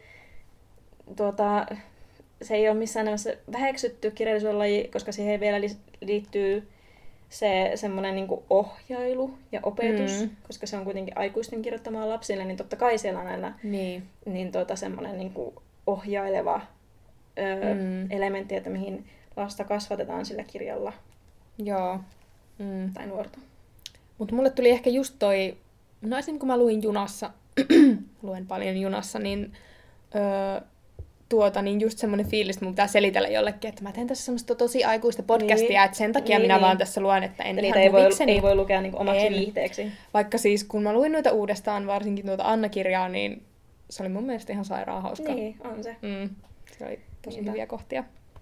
tuota, se ei ole missään nimessä väheksytty kirjallisuuden laji, koska siihen vielä li- liittyy se semmoinen niinku ohjailu ja opetus, Mm. koska se on kuitenkin aikuisten kirjoittamaa lapsille, niin totta kai siellä on aina Niin. niin tuota, semmoinen niinku ohjaileva öö, Mm. elementti, että mihin lasta kasvatetaan sillä kirjalla Joo. Mm. tai nuorta. Mutta mulle tuli ehkä just toi, no esim. Kun mä luin junassa, luen paljon junassa, niin, öö, tuota, niin just semmoinen fiilis, että mun pitää selitellä jollekin, että mä teen tässä semmoista tosi aikuista podcastia, Niin. että sen takia Niin, minä niin. vaan tässä luen, että en Että ihan niitä ei voi, huvikseni. ei voi lukea niinku omaksi En. viihteeksi. Vaikka siis kun mä luin noita uudestaan, varsinkin tuota Anna-kirjaa, niin se oli mun mielestä ihan sairaan hauska. Niin, on se. Mm. Se oli tosi Niinpä. hyviä kohtia.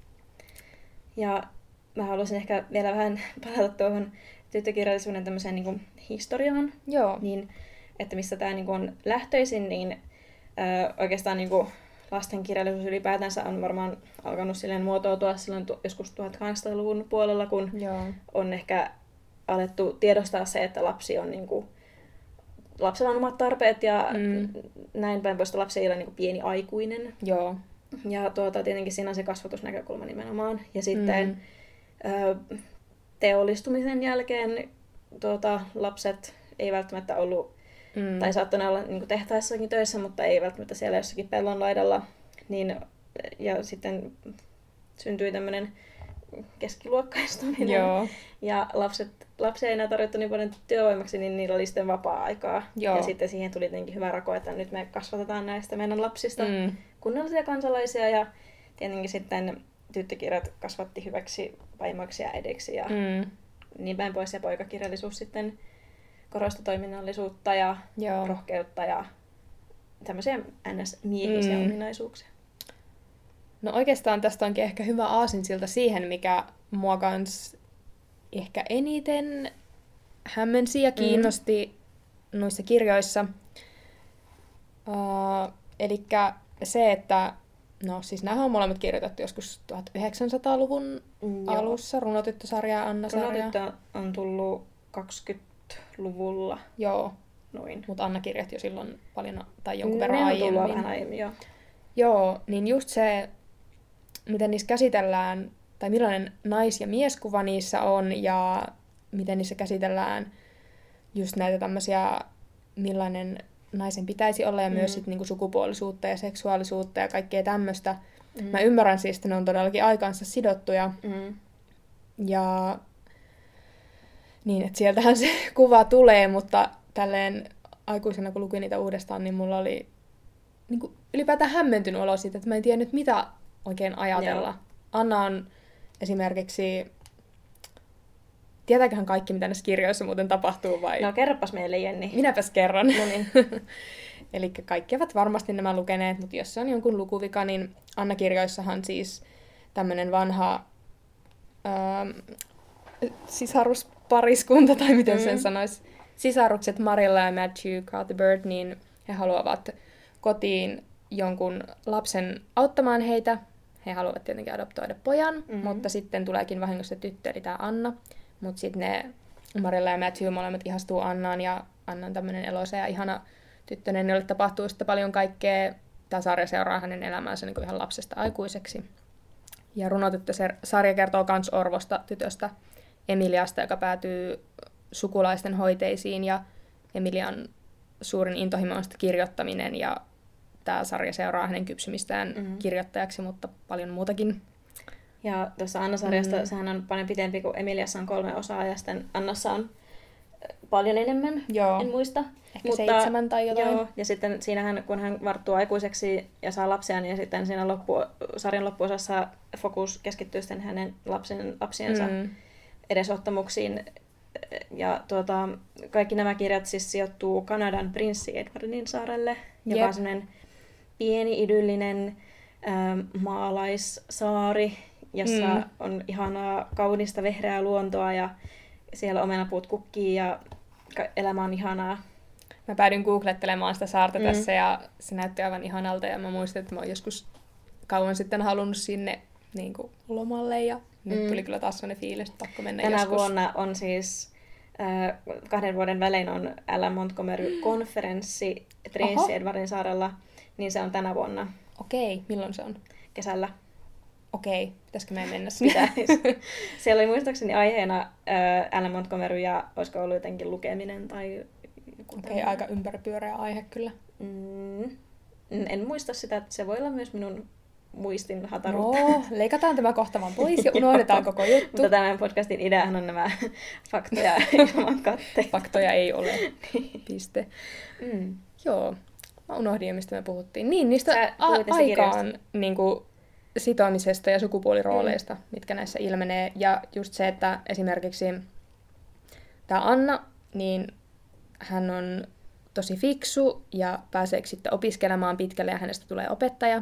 Ja mä haluaisin ehkä vielä vähän palata tuohon tyttökirjallisuuden tämmöiseen niin kuin historiaan, Joo. niin että missä tämä niin kuin on lähtöisin, niin ö, oikeastaan niin kuin lastenkirjallisuus ylipäätänsä on varmaan alkanut silleen muotoutua silloin tu- joskus tuhatkahdeksansataaluvun puolella, kun Joo. on ehkä alettu tiedostaa se, että lapsi on niin kuin, lapsella on omat tarpeet ja Mm. näin päin pois, että lapsi ei ole niin kuin pieni aikuinen. Joo. Ja tuota, tietenkin siinä on se kasvatusnäkökulma nimenomaan. Ja sitten Mm. ö, teollistumisen jälkeen tuota, lapset ei välttämättä ollut, Mm. tai saattanut olla niin kuin tehtaissakin töissä, mutta ei välttämättä siellä jossakin pellon laidalla. Niin, ja sitten syntyi tämmöinen keskiluokkaistuminen. Joo. Ja lapset, lapsia ei enää tarvittu niin paljon työvoimaksi, niin niillä oli sitten vapaa-aikaa. Joo. Ja sitten siihen tuli tietenkin hyvä rako, että nyt me kasvatetaan näistä meidän lapsista Mm. kunnollisia kansalaisia. Ja tietenkin sitten tyttökirjat kasvatti hyväksi vaimoiksi ja ediksi ja Mm. niin päin pois. Ja poikakirjallisuus sitten korosti toiminnallisuutta ja Joo. rohkeutta ja tämmöisiä ns-miehisiä Mm. ominaisuuksia. No oikeastaan tästä onkin ehkä hyvä aasinsilta siihen, mikä mua kans ehkä eniten hämmensi ja kiinnosti mm. noissa kirjoissa. Uh, elikkä se, että no siis nämä on molemmat kirjoitettu joskus tuhatyhdeksänsataaluvun mm, alussa, Runotyttö-sarja ja Anna-sarja. Runotyttö on tullut kaksikymmentäluvulla. Joo, noin. Mutta Anna-kirjat jo silloin paljon tai jonkun verran aiemmin. Ne on tullut vähän aiemmin, joo. Joo, niin just se, miten niissä käsitellään, tai millainen nais- ja mieskuva niissä on, ja miten niissä käsitellään just näitä tämmöisiä, millainen naisen pitäisi olla, ja mm. myös sit niinku sukupuolisuutta ja seksuaalisuutta ja kaikkea tämmöistä. Mm. Mä ymmärrän siis, että ne on todellakin aikaansa sidottuja. Mm. Ja niin, että sieltähän se kuva tulee, mutta tälleen aikuisena, kun lukin niitä uudestaan, niin mulla oli niin kuin ylipäätään hämmentynyt olo siitä, että mä en tiedä nyt mitä oikein ajatella. Joo. Anna on esimerkiksi... Tietääköhän kaikki, mitä näissä kirjoissa muuten tapahtuu, vai? No kerropas meille, Jenni. Minäpäs kerron. No niin. Eli kaikki ovat varmasti nämä lukeneet, mutta jos se on jonkun lukuvika, niin Anna-kirjoissahan siis tämmöinen vanha ähm, sisaruspariskunta, tai miten mm. sen sanoisi, sisarukset Marilla ja Matthew Cuthbert, niin he haluavat kotiin jonkun lapsen auttamaan heitä. He haluavat tietenkin adoptoida pojan, mm-hmm. mutta sitten tuleekin vahingossa tyttö, eli tämä Anna. Mutta sitten ne Marilla ja Matthew molemmat ihastuu Annaan, ja Anna on tämmöinen eloisa ja ihana tyttönen, jolle tapahtuu sitten paljon kaikkea. Tämä sarja seuraa hänen elämäänsä niin kuin ihan lapsesta aikuiseksi. Ja Runotyttö-sarja kertoo myös orvosta tytöstä Emiliasta, joka päätyy sukulaisten hoiteisiin, ja Emilian suurin intohimo on kirjoittaminen, ja tämä sarja seuraa hänen kypsymistään mm-hmm. kirjoittajaksi, mutta paljon muutakin. Ja tuossa Anna-sarjasta mm. sehän on paljon pitempi, kuin Emiliassa on kolme osaa, ja sitten Annassa on paljon enemmän, joo. en muista. Ehkä mutta, seitsemän tai jotain. Joo, ja sitten siinähän, kun hän varttuu aikuiseksi ja saa lapsia, niin sitten siinä loppu, sarjan loppuosassa fokus keskittyy sitten hänen lapsen, lapsiensa mm. edesottamuksiin. Ja tuota, kaikki nämä kirjat siis sijoittuu Kanadan prinssi Edwardin saarelle, joka yep. on sellainen pieni, idyllinen ähm, maalaissaari, jossa mm. on ihanaa, kaunista, vehreää luontoa, ja siellä omenapuut kukkii, ja elämä on ihanaa. Mä päädyin googlettelemaan sitä saarta mm. tässä, ja se näytti aivan ihanalta, ja mä muistin, että mä oon joskus kauan sitten halunnut sinne niin kuin lomalle, ja mm. nyt tuli kyllä taas sellainen fiilis, että pakko mennä Tänä joskus. vuonna on siis äh, kahden vuoden välein on Ellen Montgomery-konferenssi prinssi Edwardin saarella, niin se on tänä vuonna. Okei, milloin se on? Kesällä. Okei, pitäisikö meidän mennä sinne? Siellä oli muistaakseni aiheena äh, Ellen Montgomery ja olisiko ollut jotenkin lukeminen tai... Okei, okay, aika ympäripyöreä aihe kyllä. Mm, en muista sitä, että se voi olla myös minun muistin hataruutta. No, leikataan tämä kohta vaan pois ja unohdetaan koko juttu. Mutta tämän podcastin ideahan on nämä faktoja ilman katteita. Faktoja ei ole. Piste. Mm. Joo, mä unohdin jo, mistä me puhuttiin. Niin, niistä a- aikaan niin kuin, sitoamisesta ja sukupuolirooleista, mm. mitkä näissä ilmenee. Ja just se, että esimerkiksi tämä Anna, niin hän on tosi fiksu ja pääsee sitten opiskelemaan pitkälle ja hänestä tulee opettaja.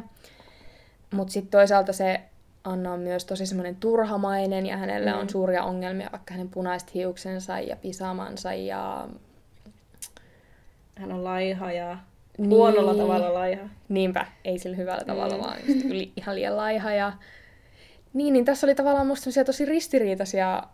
Mutta sitten toisaalta se Anna on myös tosi semmoinen turhamainen ja hänellä mm. on suuria ongelmia, vaikka hänen punaiset hiuksensa ja pisamansa ja... Hän on laiha ja niin. huonolla tavalla laiha. Niinpä, ei sillä hyvällä tavalla, mm. vaan just yli, ihan liian laiha. Ja... Niin, niin tässä oli tavallaan musta tosi ristiriitaisia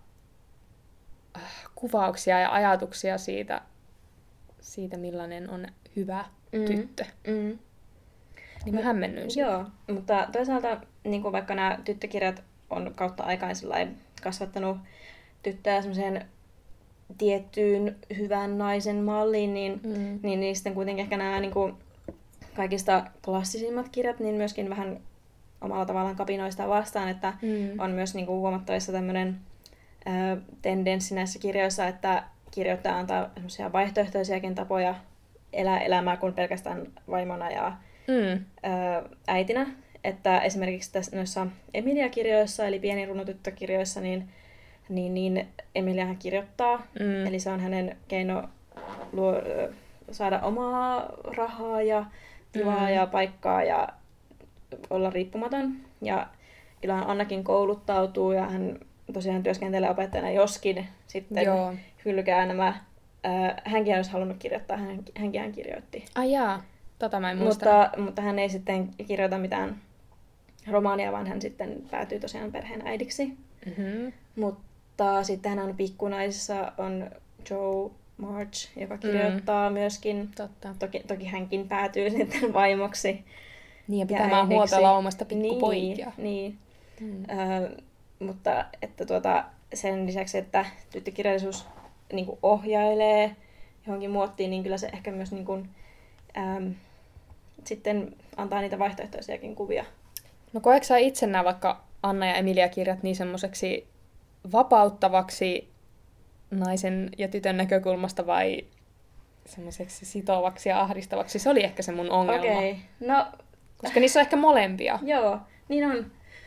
kuvauksia ja ajatuksia siitä, siitä millainen on hyvä mm. tyttö. Mm. Niin mä hämmennyin siitä. Joo, mutta toisaalta niin kuin vaikka nämä tyttökirjat on kautta aikaan kasvattanut tyttöä semmoiseen tiettyyn hyvän naisen malliin, niin, mm. niin, niin sitten kuitenkin ehkä nämä niin kuin kaikista klassisimmat kirjat niin myöskin vähän omalla tavallaan kapinoista vastaan, että mm. on myös niin kuin huomattavissa tämmöinen ö, tendenssi näissä kirjoissa, että kirjoittaja antaa semmoisia vaihtoehtoisiakin tapoja elää elämää kuin pelkästään vaimona ja mm. ö, äitinä. Että esimerkiksi tässä noissa Emilia-kirjoissa, eli pieni runotyttökirjoissa, niin, niin, niin Emiliahan kirjoittaa. Mm. Eli se on hänen keino luo, saada omaa rahaa ja tilaa mm. ja paikkaa ja olla riippumaton. Ja kyllähän Annakin kouluttautuu ja hän tosiaan työskentelee opettajana, joskin sitten Joo. hylkää nämä. Äh, hänkin olisi halunnut kirjoittaa, hän, hänkin hän kirjoitti. Ai jaa, tota mä en muista. Mutta, mutta hän ei sitten kirjoita mitään romaania, vaan hän sitten päätyy tosiaan perheen äidiksi. Mm-hmm. Mutta sitten hän on pikkunaisissa on Joe March, joka kirjoittaa mm. myöskin. Totta. Toki, toki hänkin päätyy sitten vaimoksi. Niin, ja pitämään huolta laumasta pikkupoikia. Niin, niin. Mm. Ö, mutta että tuota, sen lisäksi, että tyttökirjallisuus niin kuin ohjailee johonkin muottiin, niin kyllä se ehkä myös niin kuin, äm, sitten antaa niitä vaihtoehtoisiakin kuvia. No koetko sä itse nämä vaikka Anna ja Emilia kirjat niin semmoiseksi vapauttavaksi naisen ja tytön näkökulmasta vai semmoiseksi sitovaksi ja ahdistavaksi? Se oli ehkä se mun ongelma. Okei, okay. No... Koska niissä on ehkä molempia. Joo, niin on.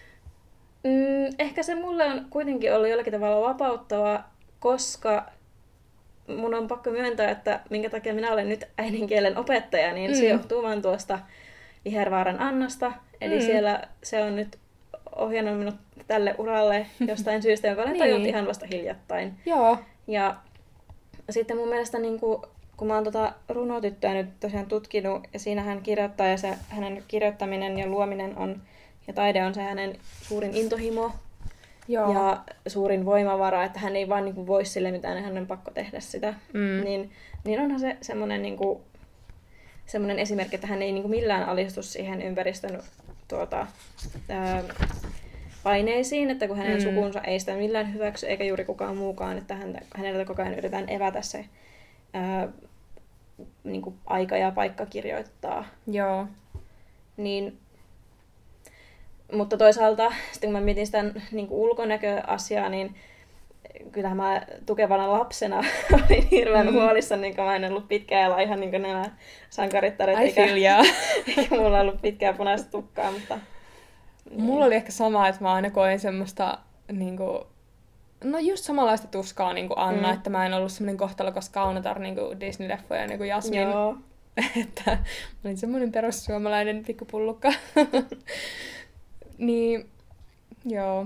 Mm, ehkä se mulle on kuitenkin ollut jollakin tavalla vapauttava, koska mun on pakko myöntää, että minkä takia minä olen nyt äidinkielen opettaja, niin mm. se johtuu vaan tuosta Vihervaaran Annasta. Eli mm. siellä se on nyt ohjannut minut tälle uralle jostain syystä, jonka olen tajunnut ihan vasta hiljattain. Joo. Ja sitten mun mielestä, niin kun, kun mä oon tota runotyttöä nyt tosiaan tutkinut, ja siinä hän kirjoittaa, ja se hänen kirjoittaminen ja luominen on, ja taide on se hänen suurin intohimo. Joo. Ja suurin voimavara, että hän ei vaan niin kuin voi sille mitään, hän on pakko tehdä sitä. Mm. Niin, niin onhan se semmoinen niin kuin, semmoinen esimerkki, että hän ei niin kuin millään alistu siihen ympäristön tuota, ää, paineisiin, että kun hänen mm. sukunsa ei sitä millään hyväksy, eikä juuri kukaan muukaan, että häntä, häneltä koko ajan yritetään evätä se ää, niin kuin aika ja paikka kirjoittaa. Joo. Niin, mutta toisaalta, sitten kun mä mietin sitä niin kuin ulkonäköasiaa, niin kyllähän mä tukevana lapsena olin hirveän mm. huolissani, niin kuin mä en ollut pitkään ihan niin kuin nämä sankarittaret, eikä, eikä mulla ollut pitkää punaista tukkaa, mutta... Niin. Mulla oli ehkä sama, että mä aina koin semmoista, niin kuin, no just samanlaista tuskaa niin kuin Anna, mm. että mä en ollut semmoinen kohtalokas kaunotar niin kuin Disney-leffoja niin kuin Jasmin. Joo. Että mä olin semmoinen perussuomalainen pikkupullukka. Niin, joo.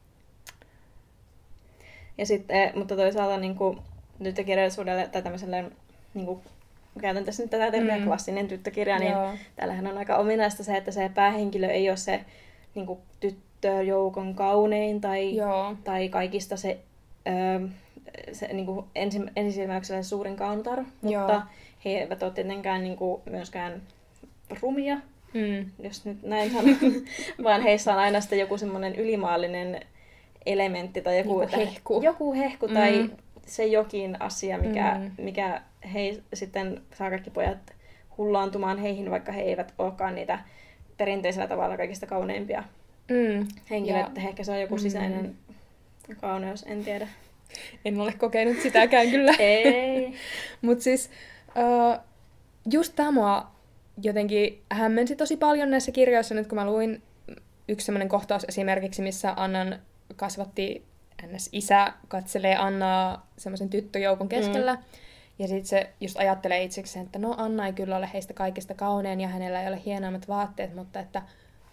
Ja sitten, mutta toisaalta niin kuin, tyttökirjallisuudelle tai tämmöiselle, niin kuin, käytän tässä nyt tätä termiä mm. klassinen tyttökirja, niin joo. Täällähän on aika ominaista se, että se päähenkilö ei ole se niin kuin, tyttöjoukon kaunein tai, tai kaikista se, öö, se niin kuin ensi, ensisilmäyksellä suurin kaunotar, mutta joo. He eivät ole tietenkään niin kuin, myöskään rumia. Mm. Jos nyt näin sanon, vaan heissä on aina sitten joku semmoinen ylimaallinen elementti tai joku, joku hehku, joku hehku mm. tai se jokin asia, mikä, mm. mikä he sitten saa kaikki pojat hullaantumaan heihin, vaikka he eivät olekaan niitä perinteisellä tavalla kaikista kauneimpia mm. henkilöitä. Ja ehkä se on joku sisäinen mm. kauneus, en tiedä. En ole kokenut sitäkään kyllä. Ei. Mutta siis uh, just tämä mua jotenkin hämmensi tosi paljon näissä kirjoissa, nyt kun mä luin yksi semmoinen kohtaus esimerkiksi, missä Annan kasvatti N S-isä katselee Annaa semmoisen tyttöjoukon keskellä. Mm. Ja sitten se just ajattelee itsekseen, että no Anna ei kyllä ole heistä kaikista kaunein ja hänellä ei ole hienoimmat vaatteet, mutta että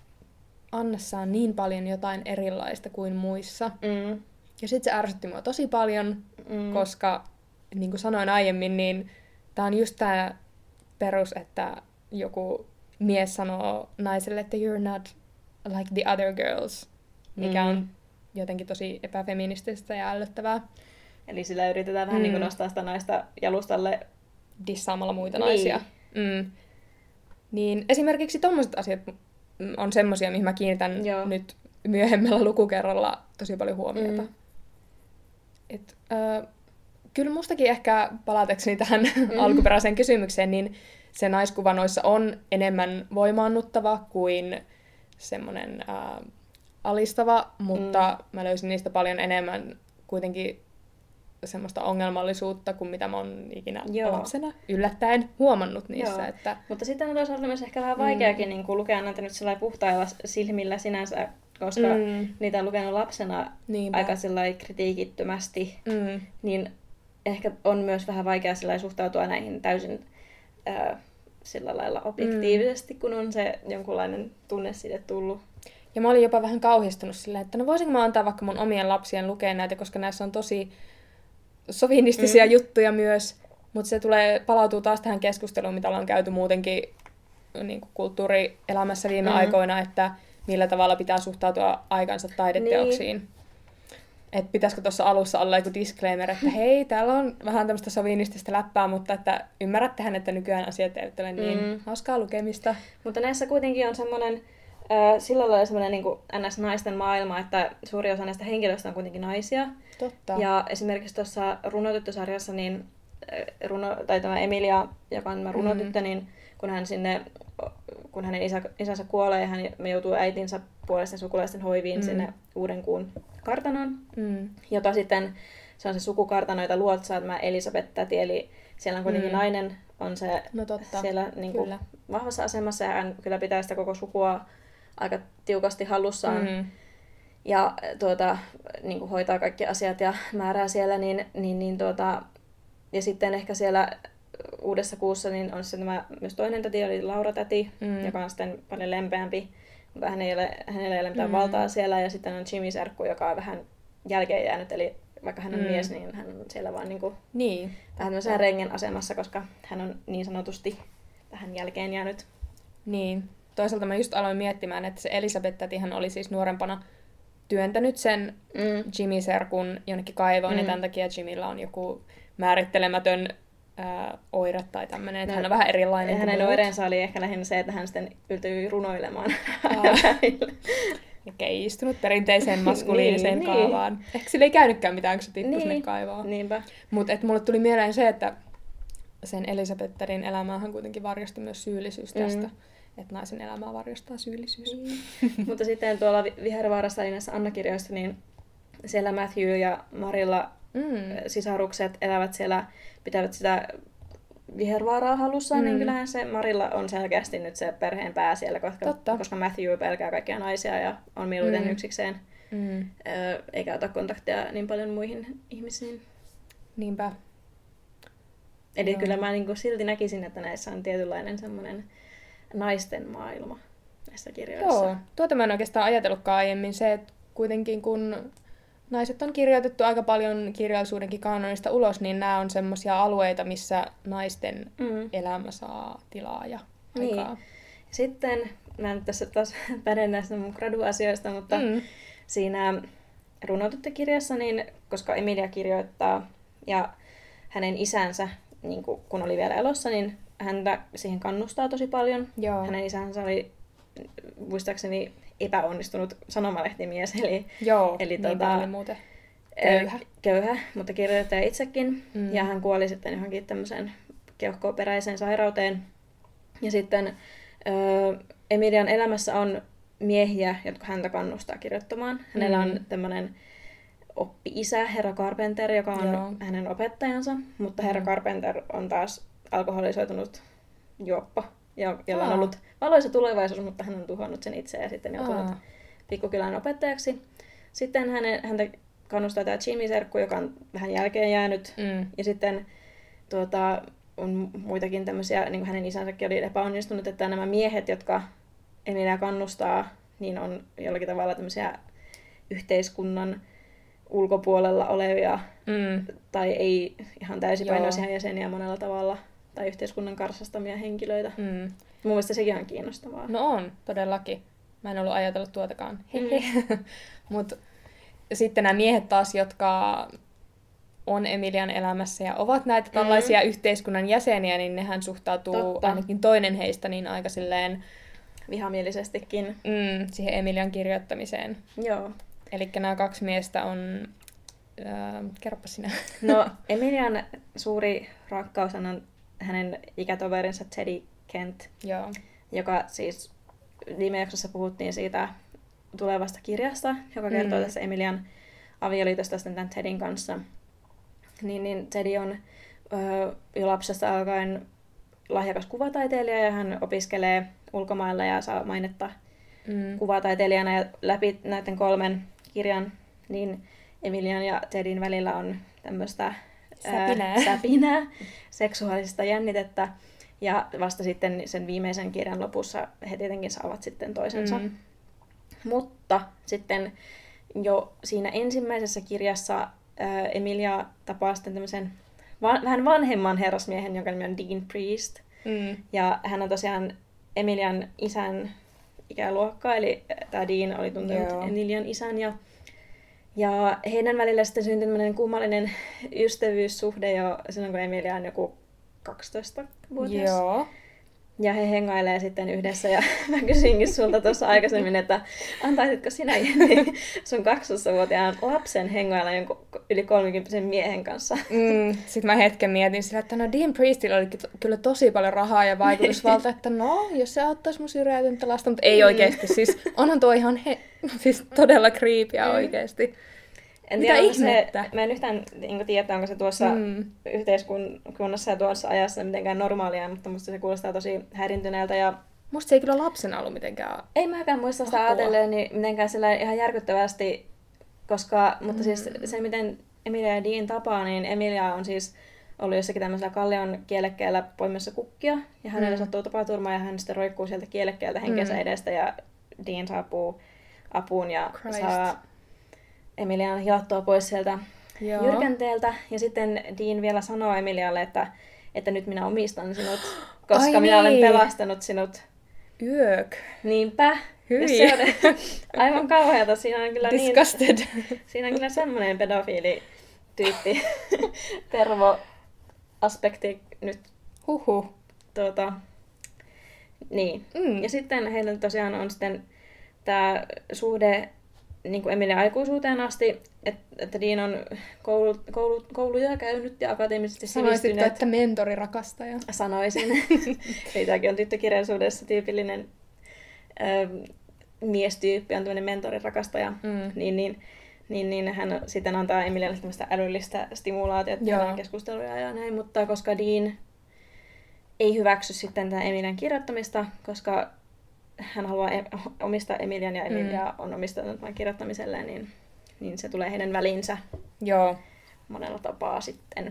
Annassa on niin paljon jotain erilaista kuin muissa. Mm. Ja sitten se ärsytti mua tosi paljon, mm. koska niin kuin sanoin aiemmin, niin tää on just tää perus, että joku mies sanoo naiselle, että you're not like the other girls, mikä mm. on jotenkin tosi epäfeminististä ja ällöttävää. Eli sillä yritetään vähän mm. niin kuin nostaa sitä naista jalustalle dissaamalla muita niin. naisia. Mm. Niin esimerkiksi tommoset asiat on semmosia, mihin mä kiinnitän Joo. nyt myöhemmällä lukukerralla tosi paljon huomiota. Mm. Et, äh, kyllä mustakin ehkä palatakseni tähän mm. alkuperäiseen kysymykseen, niin se naiskuva noissa on enemmän voimaannuttava kuin semmoinen äh, alistava, mutta mm. mä löysin niistä paljon enemmän kuitenkin semmoista ongelmallisuutta kuin mitä mä oon ikinä Joo. lapsena yllättäen huomannut niissä. Että... Mutta sitten on toisaalta myös ehkä vähän vaikeakin mm. niin kuin lukea näitä nyt sellainen puhtailla silmillä sinänsä, koska mm. niitä on lukenut lapsena Niinpä. aika kritiikittömästi, mm. niin ehkä on myös vähän vaikea suhtautua näihin täysin äh, sillä lailla objektiivisesti, mm. kun on se jonkunlainen tunneside tullut. Ja mä olin jopa vähän kauhistunut silleen, että no voisinko mä antaa vaikka mun omien lapsien lukea näitä, koska näissä on tosi sovinistisia mm. juttuja myös. Mutta se tulee, palautuu taas tähän keskusteluun, mitä ollaan käyty muutenkin niin kuin kulttuurielämässä viime mm. aikoina, että millä tavalla pitää suhtautua aikansa taideteoksiin. Niin. Että pitäisikö tuossa alussa olla joku disclaimer, että hei, täällä on vähän tämmöistä sovinistista läppää, mutta että ymmärrättehän, että nykyään asiat eivät ole niin mm. hauskaa lukemista. Mutta näissä kuitenkin on semmoinen, äh, sillä lailla semmoinen niin kuin N S-naisten maailma, että suuri osa näistä henkilöistä on kuitenkin naisia. Totta. Ja esimerkiksi tuossa runotyttösarjassa, niin runo, tai tämä Emilia, joka on runotyttö, mm. niin kun hän sinne, kun hänen isä, isänsä kuolee, hän joutuu äitinsä puolesta sukulaisten hoiviin mm. sinne Uudenkuun kartanoon, mm. jota sitten, se on se sukukartano, jota luotsaa tämä Elisabeth-täti, eli siellä on kuitenkin mm. nainen, on se no totta. siellä niin kuin vahvassa asemassa, ja hän kyllä pitää sitä koko sukua aika tiukasti hallussaan, mm. ja tuota, niin kuin hoitaa kaikki asiat ja määrää siellä, niin, niin, niin tuota, ja sitten ehkä siellä Uudessa kuussa niin on se tämä myös toinen täti, eli Laura-täti, mm. joka on sitten paljon lempeämpi, mutta hän ei ole, hänellä ei ole mitään mm. valtaa siellä. Ja sitten on Jimmy serkku, joka on vähän jälkeen jäänyt, eli vaikka hän on mm. mies, niin hän on siellä vaan niin kuin niin. vähän tämmöisen rengen asemassa, koska hän on niin sanotusti vähän jälkeen jäänyt. Niin. Toisaalta mä just aloin miettimään, että se Elisabeth-tätihän oli siis nuorempana työntänyt sen mm. Jimmy serkun jonnekin kaivoon, mm. ja tämän takia Jimmyllä on joku määrittelemätön ää, oire tai tämmöinen, että no, hän on vähän erilainen. Hänen oireensa oli ehkä lähinnä se, että hän sitten yltyi runoilemaan. Eikä ei istunut perinteiseen maskuliiniseen niin, kaavaan. Niin. Ehkä sillä ei käynytkään mitään, kun se tippui niin, sinne kaivoon. Niinpä. Mutta mulle tuli mieleen se, että sen Elisabetherin elämäähän kuitenkin varjosti myös syyllisyys tästä. Mm. Että naisen elämää varjostaa syyllisyys. Mm. Mutta sitten tuolla Vihervaarassa eli näissä Anna-kirjoissa, niin siellä Matthew ja Marilla mm. sisarukset elävät siellä, pitävät sitä Vihervaaraa halussaan, mm. niin kyllähän se Marilla on selkeästi nyt se perheen pää siellä, koska, koska Matthew pelkää kaikkia naisia ja on mieluiten mm. yksikseen, mm. eikä ota kontakteja niin paljon muihin ihmisiin. Niinpä. Eli Joo. kyllä mä niin kuin silti näkisin, että näissä on tietynlainen semmoinen naisten maailma näissä kirjoissa. Joo, tuota mä en oikeastaan ajatellutkaan aiemmin se, että kuitenkin kun naiset on kirjoitettu aika paljon kirjallisuudenkin kanonista ulos, niin nämä on semmoisia alueita, missä naisten mm. elämä saa tilaa ja aikaa. Niin. Sitten, mä en tässä taas päden näistä mun graduasioista, mutta mm. siinä runotyttökirjassa, niin, koska Emilia kirjoittaa ja hänen isänsä, niin kun oli vielä elossa, niin häntä siihen kannustaa tosi paljon. Joo. Hänen isänsä oli muistaakseni epäonnistunut sanomalehtimies, eli, Joo, eli niin tuota, oli muuten köyhä. köyhä, mutta kirjoittaja itsekin. Mm. Ja hän kuoli sitten johonkin tämmöiseen keuhkoperäiseen sairauteen. Ja sitten ö, Emilian elämässä on miehiä, jotka häntä kannustaa kirjoittamaan. Hänellä mm. on tämmöinen oppi-isä, herra Carpenter, joka on Joo. hänen opettajansa, mutta herra mm. Carpenter on taas alkoholisoitunut juoppa, jolla on ollut valoisa tulevaisuus, mutta hän on tuhonnut sen itse ja sitten joutunut Aa. pikkukylän opettajaksi. Sitten hänen, häntä kannustaa tämä Jimmy-serkku, joka on vähän jälkeen jäänyt. Mm. Ja sitten tuota, on muitakin tämmöisiä, niin kuin hänen isänsäkin oli epäonnistunut, että nämä miehet, jotka Emilia kannustaa, niin on jollakin tavalla tämmöisiä yhteiskunnan ulkopuolella olevia mm. tai ei ihan täysipainoisia jäseniä monella tavalla tai yhteiskunnan karsastamia henkilöitä. Mm. Mun mielestä sekin on kiinnostavaa. No on, todellakin. Mä en ollut ajatellut tuotakaan. Mm. Mut sitten nämä miehet taas, jotka on Emilian elämässä ja ovat näitä tällaisia mm. yhteiskunnan jäseniä, niin nehän suhtautuu, Totta. ainakin toinen heistä, niin aika silleen vihamielisestikin mm, siihen Emilian kirjoittamiseen. Joo. Eli nämä kaksi miestä on... Äh, kerropa sinä. No, Emilian suuri rakkaus on hänen ikätoverinsa Teddy Kent, Joo. joka siis viime jaksossa puhuttiin siitä tulevasta kirjasta, joka kertoo mm. tässä Emilian avioliitosta tämän Teddyn kanssa. Niin, niin Teddy on ö, jo lapsesta alkaen lahjakas kuvataiteilija ja hän opiskelee ulkomailla ja saa mainetta mm. kuvataiteilijana. Ja läpi näiden kolmen kirjan niin Emilian ja Teddyn välillä on tämmöistä säpinää. Ää, säpinää, seksuaalista jännitettä. Ja vasta sitten sen viimeisen kirjan lopussa he tietenkin saavat sitten toisensa. Mm. Mutta sitten jo siinä ensimmäisessä kirjassa ää, Emilia tapaa sitten tämmöisen va- vähän vanhemman herrasmiehen, jonka nimi on Dean Priest. Mm. Ja hän on tosiaan Emilian isän ikäluokka, eli tämä Dean oli tuntenut Joo. Emilian isän. Ja, ja heidän välillä sitten syntyi tämmöinen kummallinen ystävyyssuhde jo silloin, kun Emilia on joku kaksitoista-vuotias. Joo. Ja he hengailee sitten yhdessä, ja mä kysyinkin sulta tuossa aikaisemmin, että antaisitko sinä, Jenni, sun kaksitoistavuotiaan lapsen hengailla jonkun yli kolmekymppisen miehen kanssa? Mm. Sitten mä hetken mietin sillä, että no Dean Priestillä oli kyllä tosi paljon rahaa ja vaikutusvalta, että no, jos se auttaisi mun syrjäytyntä lasta, mutta ei oikeasti. Siis onhan tuo ihan he... siis todella creepyä oikeasti. En Mitä tiedä, ihmettä? Se, mä en yhtään niin tiedä, onko se tuossa mm. yhteiskunnassa ja tuossa ajassa mitenkään normaalia, mutta musta se kuulostaa tosi häirintyneeltä. Ja musta se ei kyllä lapsena ollut mitenkään. ei mäkään muista sitä ajatellen niin mitenkään sillä ihan järkyttävästi, koska, mutta mm. siis se miten Emilia ja Dean tapaa, niin Emilia on siis ollut jossakin tämmöisellä kallion kielekkeellä poimassa kukkia, ja hänelle mm. sattuu tapaturma, ja hän sitten roikkuu sieltä kielekkeeltä henkensä mm. edestä, ja Dean saapuu apuun ja Christ. saa Emilian hilattua pois sieltä Joo. jyrkänteeltä. Ja sitten Dean vielä sanoo Emilialle, että, että nyt minä omistan sinut, koska Ai minä niin. olen pelastanut sinut. Yök. Niinpä. Hyi. Se on aivan kauheata. Siinä on kyllä, Disgusted. Niin, siinä on kyllä semmoinen pedofiilityyppi Tervo-aspekti nyt. Huhhuh. Tuota, niin. Mm. Ja sitten heillä tosiaan on sitten tämä suhde niin kuin Emilian aikuisuuteen asti, että, että Dean on koulu, koulu, kouluja käynyt ja akateemisesti sivistyneet. Sanoisitko, että mentorirakastaja? Sanoisin. Eli tämäkin on tyttökirjallisuudessa tyypillinen ö, miestyyppi, on tämmöinen mentorirakastaja. Mm. Niin, niin, niin, niin hän sitten antaa Emilialle tämmöistä älyllistä stimulaatiota, käydään keskusteluja ja näin, mutta koska Dean ei hyväksy sitten tämän Emilian kirjoittamista, koska hän haluaa omistaa Emilian ja Emilia mm. on omistanut vain kirjoittamiselle, niin, niin se tulee heidän välinsä Joo. monella tapaa sitten.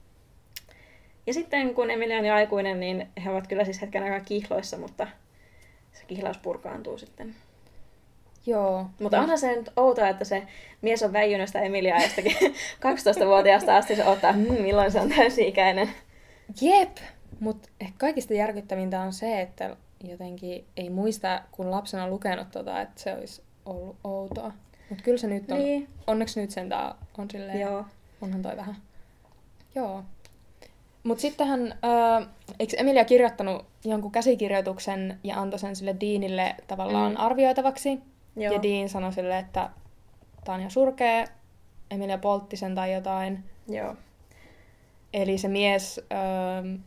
Ja sitten kun Emilia on jo aikuinen, niin he ovat kyllä siis hetken aikaa kihloissa, mutta se kihlaus purkaantuu sitten. Joo. Mutta onhan se nyt outoa, että se mies on väijynyt sitä Emiliaa jostakin kaksitoistavuotiaasta asti se ottaa, hmm, milloin se on täysi-ikäinen. Jep! Mutta ehkä kaikista järkyttävintä on se, että jotenkin ei muista, kun lapsena on lukenut tota, että se olisi ollut outoa. Mutta kyllä se nyt on, niin. onneksi nyt sentään on silleen, Joo. onhan toi vähän. Joo. Mutta sittenhän, äh, eikö Emilia kirjoittanut jonkun käsikirjoituksen ja antoi sen sille Deanille tavallaan mm. arvioitavaksi? Joo. Ja Dean sanoi sille, että tää on ihan surkea, Emilia poltti sen tai jotain. Joo. Eli se mies... Äh,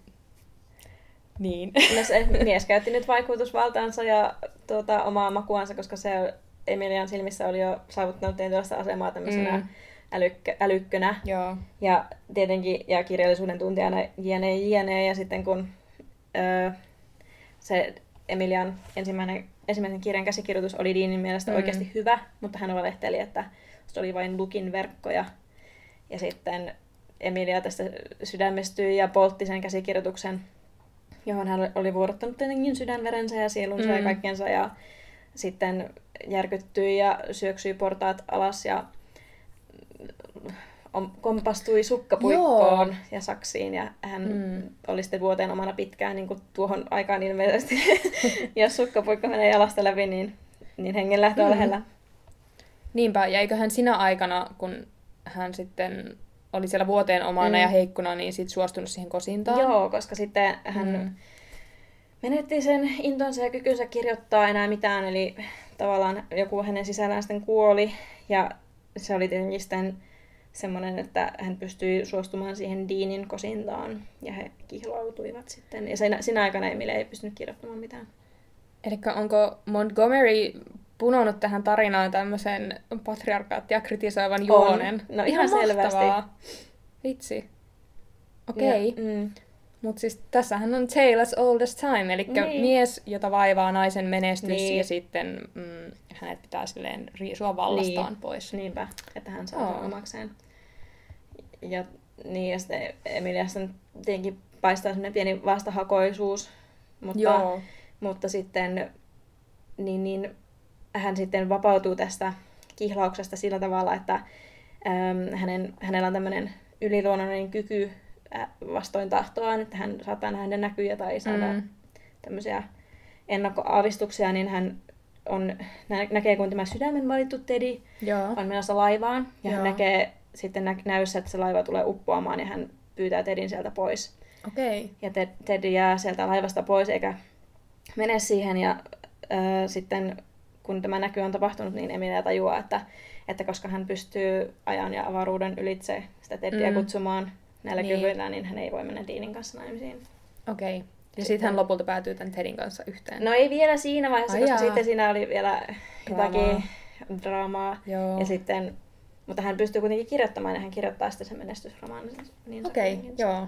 Niin. No se mies käytti nyt vaikutusvaltaansa ja tuota, omaa makuansa, koska se Emilian silmissä oli jo saavuttanut tietynlaista asemaa tämmöisenä mm. älykkö, älykkönä. Joo. Ja tietenkin ja kirjallisuuden tuntijana jne, jne. Ja sitten kun öö, se Emilian ensimmäinen, ensimmäisen kirjan käsikirjoitus oli Deanin mielestä mm. oikeasti hyvä, mutta hän valehteli, että se oli vain lukin verkkoja. Ja sitten Emilia tästä sydämestyi ja poltti sen käsikirjoituksen, johon hän oli vuorottanut tietenkin sydänverensä ja sielunsa mm. ja kaikkensa, ja sitten järkyttyi ja syöksyi portaat alas ja kompastui sukkapuikkoon Joo. ja saksiin, ja hän mm. oli sitten vuoteen omana pitkään niin kuin tuohon aikaan ilmeisesti. Jos sukkapuikko menee jalasta läpi, niin, niin hengenlähtö on mm. lähellä. Niinpä, ja eiköhän sinä aikana, kun hän sitten oli siellä vuoteen omana mm. ja heikkona, niin sit suostunut siihen kosintaan. Joo, koska sitten hän mm. menetti sen intonsa ja kykynsä kirjoittaa enää mitään, eli tavallaan joku hänen sisällään sitten kuoli, ja se oli tietenkin sitten semmoinen, että hän pystyi suostumaan siihen Deanin kosintaan, ja he kihlautuivat sitten. Ja siinä, siinä aikana Emilia ei pystynyt kirjoittamaan mitään. Elikkä onko Montgomery punonut tähän tarinaan tämmöisen patriarkaattia kritisoivan juonen? No ihan, ihan selvästi. Vitsi. Okei. Okay. Mm. Mutta siis tässähän on tale as old as time, eli niin. mies, jota vaivaa naisen menestys, niin. ja sitten mm, hänet pitää silleen riisua vallastaan niin. pois. Niinpä, että hän saa oh. omakseen. Ja, niin, ja sitten Emiliasta tietenkin paistaa semmoinen pieni vastahakoisuus, mutta, Joo. mutta sitten niin, niin, hän sitten vapautuu tästä kihlauksesta sillä tavalla, että äm, hänen, hänellä on tämmöinen yliluonnollinen kyky äh, vastoin tahtoaan, että hän saattaa nähdä näkyjä tai saada mm. tämmöisiä ennakkoaavistuksia, niin hän on, nä- näkee, kun tämä sydämen valittu Teddy Joo. on menossa laivaan, ja Joo. hän näkee sitten nä- näyssä, että se laiva tulee uppoamaan, ja hän pyytää Teddyn sieltä pois. Okay. Ja Ted, Teddy jää sieltä laivasta pois, eikä mene siihen, ja äh, sitten kun tämä näky on tapahtunut, niin Emilia tajuaa, että, että koska hän pystyy ajan ja avaruuden ylitse sitä Teddyä mm. kutsumaan näillä niin. kyvyillä, niin hän ei voi mennä Deanin kanssa naimisiin. Okei. Okay. Ja sitten hän lopulta päätyy tämän Teddyn kanssa yhteen. No ei vielä siinä vaiheessa, Ai koska jaa. sitten siinä oli vielä jotakin draamaa. draamaa. Joo. Ja sitten, mutta hän pystyy kuitenkin kirjoittamaan, ja hän kirjoittaa sitten sen menestysromaanin. Niin Okei, okay, joo.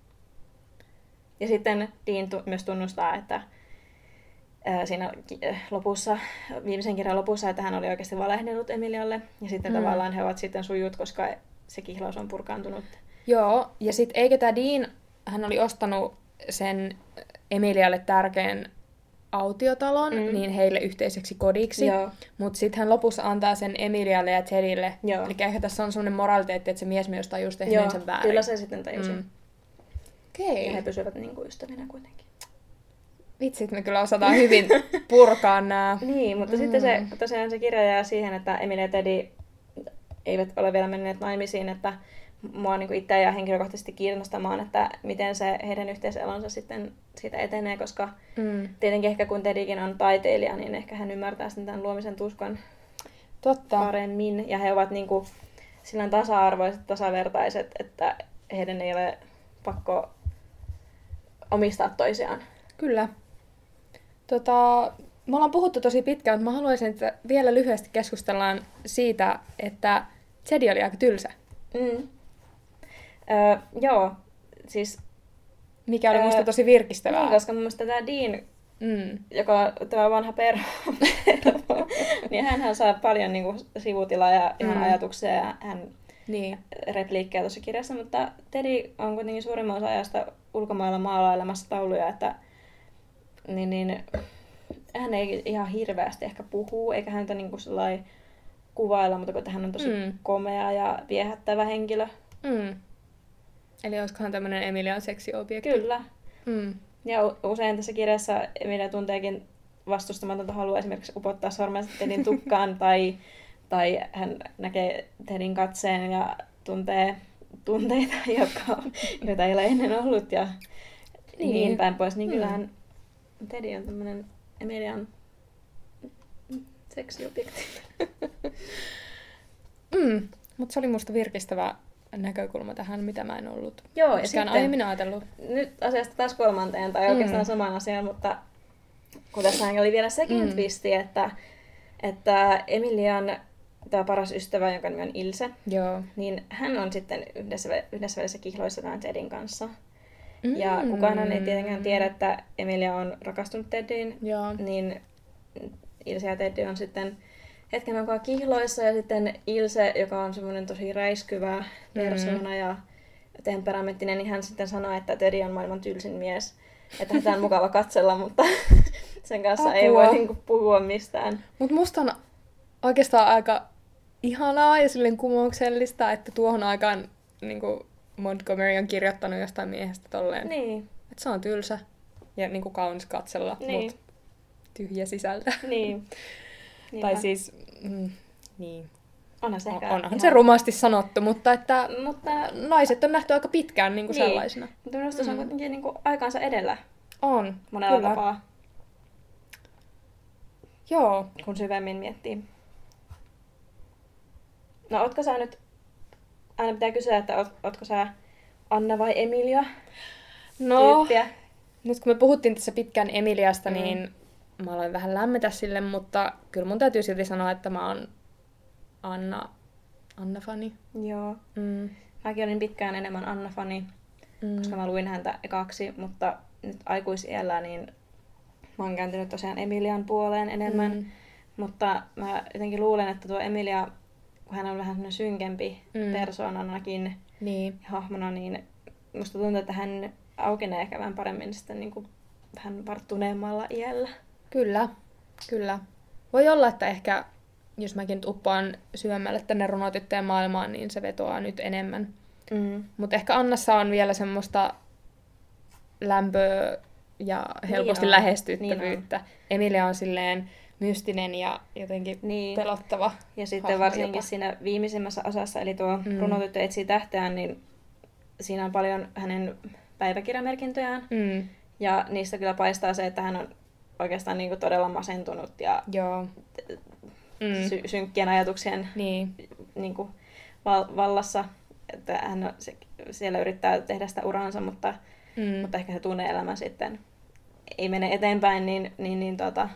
Ja sitten Dean tu- myös tunnustaa, että ää, siinä lopussa, viimeisen kirjan lopussa, että hän oli oikeasti valehdellut Emilialle. Ja sitten mm. tavallaan he ovat sitten sujut, koska se kihlaus on purkaantunut. Joo, ja sitten eikö tämä Dean, hän oli ostanut sen Emilialle tärkeän autiotalon mm. niin heille yhteiseksi kodiksi. Mutta sitten hän lopussa antaa sen Emilialle ja Teddylle. Joo. Eli ehkä tässä on sellainen moraliteetti, että se mies myös tajusi tehneen sen väärin. Kyllä se sitten tajusi. Mm. Okay. Ja he pysyvät niinku ystävinä kuitenkin. Vitsit, me kyllä osataan hyvin purkaa nämä. Niin, mutta mm. sitten se, tosiaan se kirja jää siihen, että Emilia ja Teddy eivät ole vielä menneet naimisiin, että mua niin itseä ja henkilökohtaisesti kiinnostamaan, että miten se heidän yhteiselonsa sitten siitä etenee, koska mm. tietenkin ehkä kun Teddykin on taiteilija, niin ehkä hän ymmärtää sitten tämän luomisen tuskan Totta. paremmin. Ja he ovat niin kuin sillä tasa-arvoiset, tasavertaiset, että heidän ei ole pakko omistaa toisiaan. Kyllä. Tota, me ollaan puhuttu tosi pitkään, mutta mä haluaisin, että vielä lyhyesti keskustellaan siitä, että Teddy oli aika tylsä. Mm. Öö, joo, siis... Mikä oli öö, musta tosi virkistävää. Niin, koska mun mielestä tämä Dean, mm. joka on tämä vanha perho, niin hänhän saa paljon niin kuin, sivutilaa ja ihan mm. ajatuksia ja hän niin. repliikkejä tuossa kirjassa, mutta Teddy on kuitenkin suurimman osa ajasta ulkomailla maalailemassa tauluja, että niin, niin, hän ei ihan hirveästi ehkä puhu, eikä häntä niin kuin sellainen kuvailla, mutta kun hän on tosi mm. komea ja viehättävä henkilö. Mm. Eli olisikohan tämmöinen Emilian seksiobjekti? Kyllä. Mm. Ja usein tässä kirjassa Emilia tunteekin vastustamatonta halua esimerkiksi upottaa sormensa Teddyn tukkaan, tai, tai hän näkee Teddyn katseen ja tuntee tunteita, jotka, joita ei ole ennen ollut, ja niin, niin päin pois. Niin mm. kyllähän Teddy on tämmöinen Emilian seksiobjekti. mm. Mutta se oli musta virkistävä näkökulma tähän, mitä mä en ollut Joo, ja sitten, aiemmin ajatellut. Nyt asiasta taas kolmanteen, tai oikeastaan mm. samaan asiaan, mutta kun tässä oli vielä sekin mm. twisti, että, että Emilian tämä paras ystävä, jonka nimi on Ilse, Joo. niin hän on sitten yhdessä, yhdessä välissä kihloissa tämän Teddyn kanssa. Mm. Ja kukaan ei tietenkään tiedä, että Emilia on rakastunut Teddyin, Joo. niin Ilse ja Teddy on sitten hetken aikaa kihloissa, ja sitten Ilse, joka on semmoinen tosi räiskyvä persoona mm. ja temperamenttinen, niin hän sitten sanoo, että Teddy on maailman tylsin mies. Että häntä on mukava katsella, mutta sen kanssa Apua. ei voi niinku puhua mistään. Mutta musta on oikeastaan aika ihanaa ja silleen kumouksellista, että tuohon aikaan niinku Montgomery on kirjoittanut jostain miehestä tolleen. Niin. Että se on tylsä ja niinku kaunis katsella, niin. mut tyhjä sisältä. Niin. Tai siis, mm, niin. Onhan se, on, onhan ihan... se rumasti sanottu, mutta että mutta... naiset on nähty aika pitkään niin kuin niin. sellaisina. Mutta minusta se on kuitenkin niin kuin aikaansa edellä. On, monella kyllä. tapaa. Joo. Kun syvemmin miettii. No, ootko sä nyt, aina pitää kysyä, että oot, ootko sä Anna vai Emilia No, tyyppiä? Nyt kun me puhuttiin tässä pitkään Emiliasta, mm. niin mä aloin vähän lämmetä sille, mutta kyllä mun täytyy silti sanoa, että mä oon Anna, Anna-fani. Joo. Mm. Mäkin olin pitkään enemmän Anna-fani, mm. koska mä luin häntä ekaksi, mutta nyt aikuisiällä niin mä oon kääntynyt tosiaan Emilian puoleen enemmän. Mm. Mutta mä jotenkin luulen, että tuo Emilia, kun hän on vähän semmoinen synkempi mm. persoonanakin niin. hahmona, niin musta tuntuu, että hän aukenee ehkä vähän paremmin sitten niin kuin vähän varttuneemmalla iällä. Kyllä, kyllä. voi olla, että ehkä, jos mäkin nyt uppoan syvemmälle tänne runotyttöjen maailmaan, niin se vetoaa nyt enemmän. Mm. Mutta ehkä Annassa on vielä semmoista lämpöä ja helposti niin lähestyttävyyttä. Niin Emilia on silleen mystinen ja jotenkin niin. pelottava. Ja sitten varsinkin jopa siinä viimeisimmässä osassa, eli tuo mm. runotyttö etsii tähteään, niin siinä on paljon hänen päiväkirjamerkintöjään. Mm. Ja niistä kyllä paistaa se, että hän on oikeastaan niin kuin todella masentunut ja Joo. Mm. sy- synkkien ajatuksien niin. Niin kuin val- vallassa. Että hän on, se, siellä yrittää tehdä sitä uransa, mutta, mm. mutta ehkä se tunne-elämä sitten ei mene eteenpäin, niin, niin, niin tota,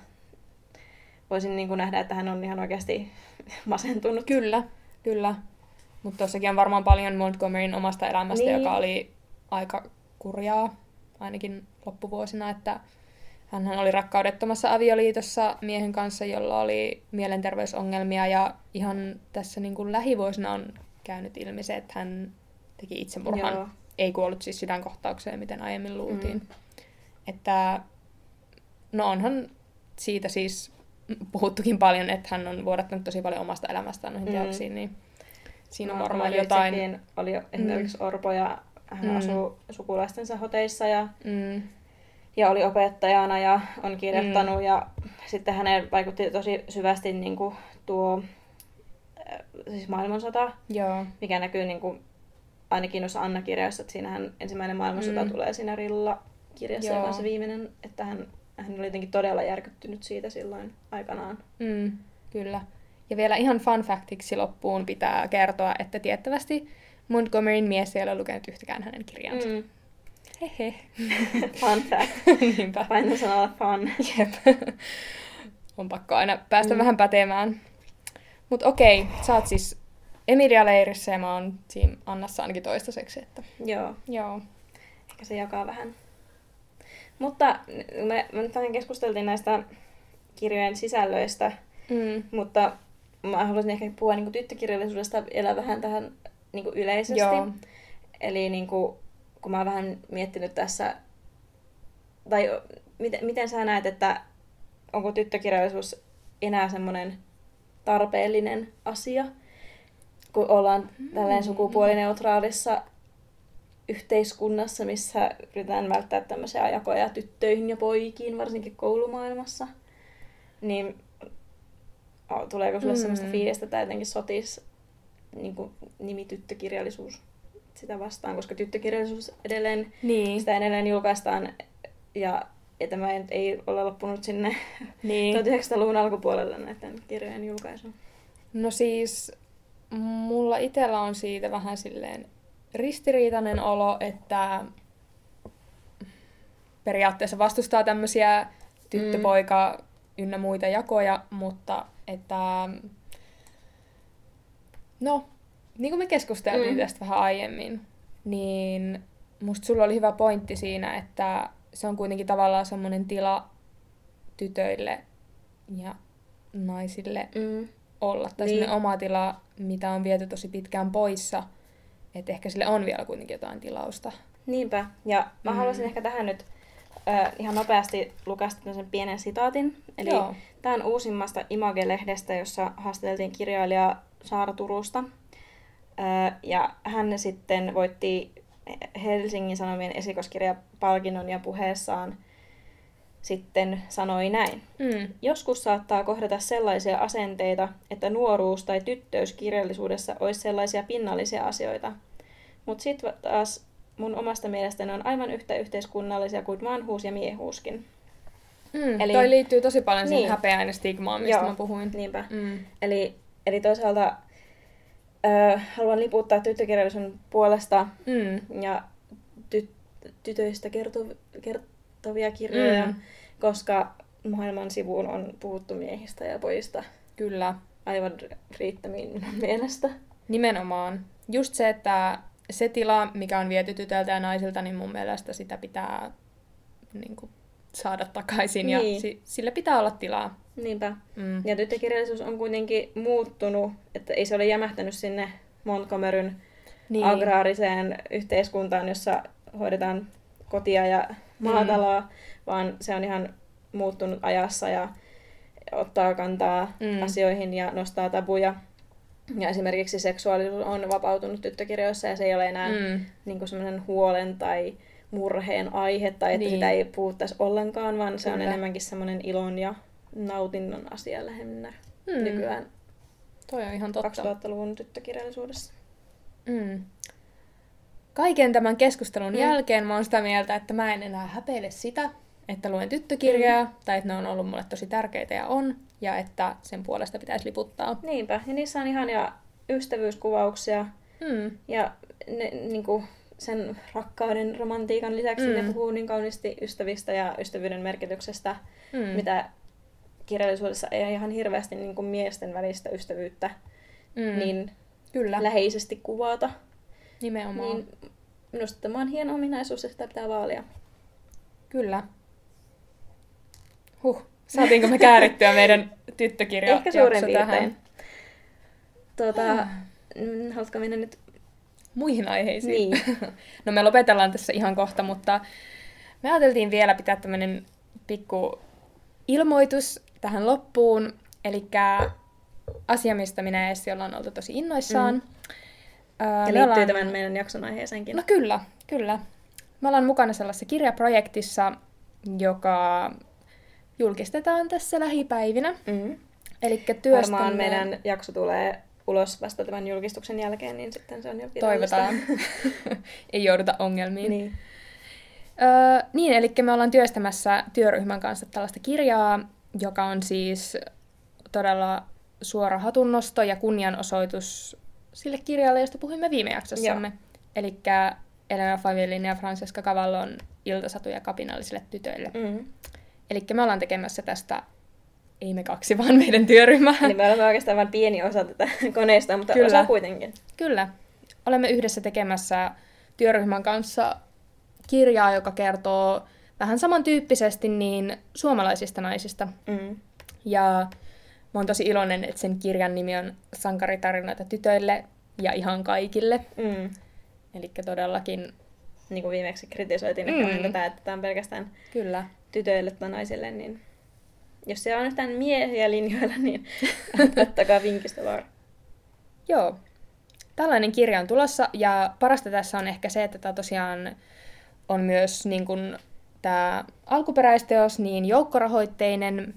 voisin niin kuin nähdä, että hän on ihan oikeasti masentunut. Kyllä, kyllä. Mutta tuossakin on varmaan paljon Montgomeryn omasta elämästä, niin. joka oli aika kurjaa, ainakin loppuvuosina, että hänhän oli rakkaudettomassa avioliitossa miehen kanssa, jolla oli mielenterveysongelmia, ja ihan tässä niin kuin lähivuosina on käynyt ilmi se, että hän teki itsemurhan. Joo. Ei kuollut siis sydänkohtaukseen, miten aiemmin luultiin. Mm. Että, no onhan siitä siis puhuttukin paljon, että hän on vuodattanut tosi paljon omasta elämästään noihin mm. teoksiin, niin siinä on no, varmaan jotain. Oli esimerkiksi mm. orpo ja hän mm. asuu sukulaistensa hoteissa ja, mm. ja oli opettajana ja on kirjoittanut mm. ja sitten häneen vaikutti tosi syvästi niin kuin tuo siis maailmansota, Joo. mikä näkyy niin kuin, ainakin noissa Anna-kirjoissa, että siinähän ensimmäinen maailmansota mm. tulee siinä Rilla-kirjassa, joka on se viimeinen, että hän, hän oli jotenkin todella järkyttynyt siitä silloin aikanaan. Mm, kyllä. Ja vielä ihan fun factiksi loppuun pitää kertoa, että tiettävästi Montgomeryn mies ei ole lukenut yhtäkään hänen kirjansa. Mm. Hehe. Fun fact. Niinpä. Paino sanalla fun. Jep. On pakko aina päästä mm. vähän pätemään. Mut okei, sä oot siis Emilia-leirissä ja mä oon siinä Annassa ainakin toistaiseksi. Että... Joo. Joo. Ehkä se jakaa vähän. Mutta me, me nyt vähän keskusteltiin näistä kirjojen sisällöistä, mm. mutta mä haluaisin ehkä puhua niin kuin tyttökirjallisuudesta vielä vähän tähän niin kuin yleisesti. Joo. Eli niin kuin, kun mä oon vähän miettinyt tässä, tai miten, miten sä näet, että onko tyttökirjallisuus enää semmoinen tarpeellinen asia, kun ollaan tälleen sukupuolineutraalissa yhteiskunnassa, missä yritetään välttää tämmöisiä jakoja tyttöihin ja poikiin, varsinkin koulumaailmassa. Niin tuleeko sulle mm. semmoista fiilistä, että jotenkin sotisi niin kuin nimi tyttökirjallisuus sitä vastaan, koska tyttökirjallisuus edelleen, niin. sitä edelleen julkaistaan ja ja tämä ei ole loppunut sinne niin. tuhatyhdeksänsataaluvun alkupuolelle näiden kirjojen julkaisuun. No siis, mulla itsellä on siitä vähän silleen ristiriitainen olo, että periaatteessa vastustaa tämmöisiä tyttöpoika mm. ynnä muita jakoja, mutta että no, niin kuin me keskusteltiin mm. tästä vähän aiemmin, niin musta sulla oli hyvä pointti siinä, että se on kuitenkin tavallaan semmoinen tila tytöille ja naisille mm. olla. Tai niin. semmoinen oma tila, mitä on viety tosi pitkään poissa. Että ehkä sille on vielä kuitenkin jotain tilausta. Niinpä. Ja mä mm. haluaisin ehkä tähän nyt äh, ihan nopeasti lukasta tämmöisen pienen sitaatin. Eli tämä on uusimmasta Image-lehdestä, jossa haastateltiin kirjailijaa Saara Turusta. Äh, ja hän sitten voitti Helsingin Sanomien esikoiskirjapalkinnon ja puheessaan sitten sanoi näin. Mm. Joskus saattaa kohdata sellaisia asenteita, että nuoruus tai tyttöys kirjallisuudessa olisi sellaisia pinnallisia asioita. Mutta sitten taas mun omasta mielestäni on aivan yhtä yhteiskunnallisia kuin vanhuus ja miehuuskin. Mm, eli, toi liittyy tosi paljon siihen niin. häpeään ja stigmaan, mistä Joo, mä puhuin. Niinpä. Mm. Eli, eli toisaalta äh, haluan liputtaa tyttökirjallisuuden puolesta mm. ja tyt- tytöistä kertov- kertovia kirjoja, mm. koska maailman sivuun on puhuttu miehistä ja pojista. Kyllä. Aivan riittämiin minun mielestä. Nimenomaan. Just se, että se tila, mikä on viety tytöltä ja naisilta, niin mun mielestä sitä pitää niin kuin, saada takaisin niin. ja si- sille pitää olla tilaa. Niinpä. Mm. Ja tyttökirjallisuus on kuitenkin muuttunut, että ei se ole jämähtänyt sinne Montgomeryn niin. agraariseen yhteiskuntaan, jossa hoidetaan kotia ja maataloa, mm. vaan se on ihan muuttunut ajassa ja ottaa kantaa Mm. asioihin ja nostaa tabuja. Ja esimerkiksi seksuaalisuus on vapautunut tyttökirjoissa ja se ei ole enää Mm. niin kuin semmoinen huolen tai murheen aihe tai että Niin. sitä ei puhuttaisi ollenkaan, vaan se on Kyllä. enemmänkin semmoinen ilon ja nautinnon asia lähinnä Mm. nykyään Toi on ihan totta. kaksituhattaluvun tyttökirjallisuudessa. Mm. Kaiken tämän keskustelun Mm. jälkeen mä oon sitä mieltä, että mä en enää häpeile sitä, että luen tyttökirjaa, mm. tai että ne on ollut mulle tosi tärkeitä ja on, ja että sen puolesta pitäisi liputtaa. Niinpä, ja niissä on ihania ystävyyskuvauksia Mm. ja ne, niinku, sen rakkauden, romantiikan lisäksi Mm. ne puhuu niin kauniisti ystävistä ja ystävyyden merkityksestä, Mm. mitä kirjallisuudessa ei ihan hirveästi niin kuin miesten välistä ystävyyttä Mm. niin Kyllä, läheisesti kuvata. nimenomaan. Niin minusta tämä on hieno ominaisuus ja sitä pitää vaalia. Kyllä. Huh, saatiinko me käärittyä meidän tyttökirja Ehkä suurin tähän piirtein. Tuota, mm, haluatko mennä nyt? muihin aiheisiin? Niin. No me lopetellaan tässä ihan kohta, mutta me ajateltiin vielä pitää tämmöinen pikku ilmoitus tähän loppuun. Eli asia, mistä minä ja Essi ollaan oltu tosi innoissaan. Mm. Öö, Ja me liittyy ollaan- tämän meidän jakson aiheeseenkin. No kyllä, kyllä. Me ollaan mukana sellaisessa kirjaprojektissa, joka julkistetaan tässä lähipäivinä. Mm. Eli työstämme... Varmaan meidän jakso tulee ulos vasta tämän julkistuksen jälkeen, niin sitten se on jo virallista. Toivotaan. Ei jouduta ongelmiin. Niin. Öö, niin, eli me ollaan työstämässä työryhmän kanssa tällaista kirjaa, joka on siis todella suora hatunnosto ja kunnianosoitus sille kirjalle, josta puhuimme viime jaksossamme. Eli Elena Favillin ja Francesca Cavallon iltasatuja kapinallisille tytöille. Mm. Eli me ollaan tekemässä tästä, ei me kaksi, vaan meidän työryhmä. Eli me olemme oikeastaan vain pieni osa tätä koneista, mutta Kyllä. osa kuitenkin. Kyllä. Olemme yhdessä tekemässä työryhmän kanssa kirjaa, joka kertoo vähän samantyyppisesti niin suomalaisista naisista. Mm. Ja mä oon tosi iloinen, että sen kirjan nimi on Sankaritarinoita tytöille ja ihan kaikille. Mm. Eli todellakin, Niin kuin viimeksi kritisoitiin Mm. ehkä vähän tätä, että tämä on pelkästään kyllä. tytöille tai naisille, niin jos siellä on yhtään miehiä linjoilla, niin ottakaa vinkistä vaan. Joo. Tällainen kirja on tulossa, ja parasta tässä on ehkä se, että tämä tosiaan on myös niin kuin tämä alkuperäisteos niin joukkorahoitteinen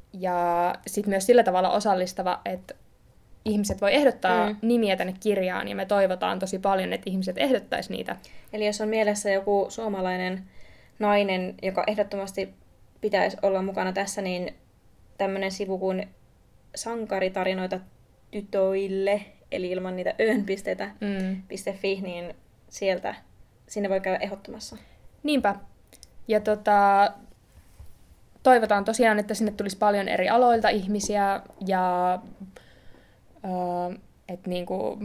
ja sitten myös sillä tavalla osallistava, että ihmiset voi ehdottaa Mm. nimiä tänne kirjaan, ja me toivotaan tosi paljon, että ihmiset ehdottaisi niitä. Eli jos on mielessä joku suomalainen nainen, joka ehdottomasti pitäisi olla mukana tässä, niin tämmöinen sivu kuin Sankaritarinoita tytöille, eli ilman niitä öön-pisteitä, Mm. .fi, niin sieltä, sinne voi käydä ehdottomassa. Niinpä. Ja tota, toivotaan tosiaan, että sinne tulisi paljon eri aloilta ihmisiä ja äh, että niinku,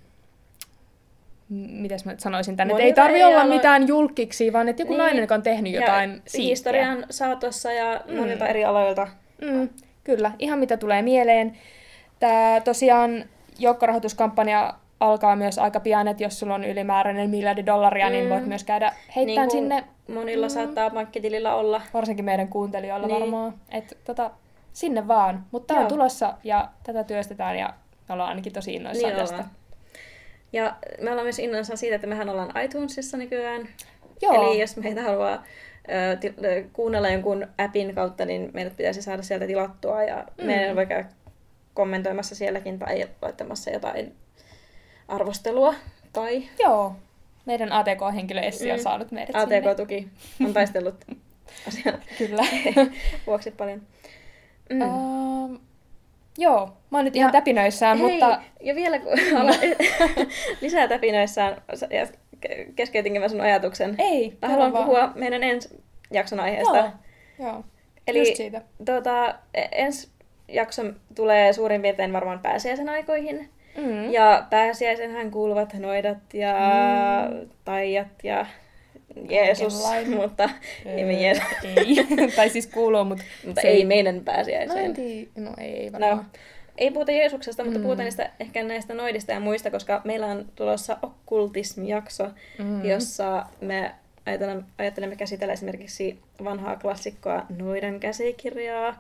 mitäs mä nyt sanoisin tänne, että ei Monilta tarvi eri olla alo- mitään julkkiksi, vaan että joku Niin. nainen, joka on tehnyt jotain ja siistiä. historian saatossa ja Mm. monilta eri aloilta. Mm, kyllä, ihan mitä tulee mieleen. Tämä tosiaan joukkorahoituskampanja alkaa myös aika pian, että jos sulla on ylimääräinen miljardi dollaria, mm. niin Mm. voit myös käydä heittämään Niin kuin sinne, monilla Mm. saattaa pankkitilillä olla. varsinkin meidän kuuntelijoilla Niin. varmaan, että tota, sinne vaan. Mutta tämä on Joo. tulossa ja tätä työstetään ja me ollaan ainakin tosi innoissaan Niin tästä. ollaan. Ja me ollaan myös innoissaan siitä, että mehän ollaan iTunesissa nykyään. Joo. Eli jos meitä haluaa ö, ti- ö, kuunnella jonkun appin kautta, niin meidät pitäisi saada sieltä tilattua. Ja Mm. meidän voi käydä kommentoimassa sielläkin tai laittamassa jotain arvostelua. Tai Joo. Meidän A T K-henkilö Essi on Mm. saanut meidät sinne. A T K-tuki on taistellut asian Kyllä. vuoksi paljon. Mm. um, joo, mä oon nyt ihan Ja- täpinöissään, Hei, mutta... ja vielä kun ollaan lisää täpinöissään, ja keskeytinkin mä sun ajatuksen. Ei, Mä haluan vaan. puhua meidän ensi jakson aiheesta. Joo, joo. Eli Just siitä. tuota, e- ensi jakso tulee suurin piirtein varmaan pääsiäisen aikoihin. Mm. Ja pääsiäisenhän kuuluvat noidat ja mm. taijat ja Jeesus, Kaikenlainen. mutta ei me Jeesus. Ei, tai siis kuuluu, mutta... Mutta se ei meidän No en pääsiäiseen. tiedä, no ei No, varmaan. ei puhuta Jeesuksesta, mutta Mm. puhutaan niistä, ehkä näistä noidista ja muista, koska meillä on tulossa okkultismi-jakso, Mm. jossa me ajattelemme, ajattelemme käsitellä esimerkiksi vanhaa klassikkoa Noidan käsikirjaa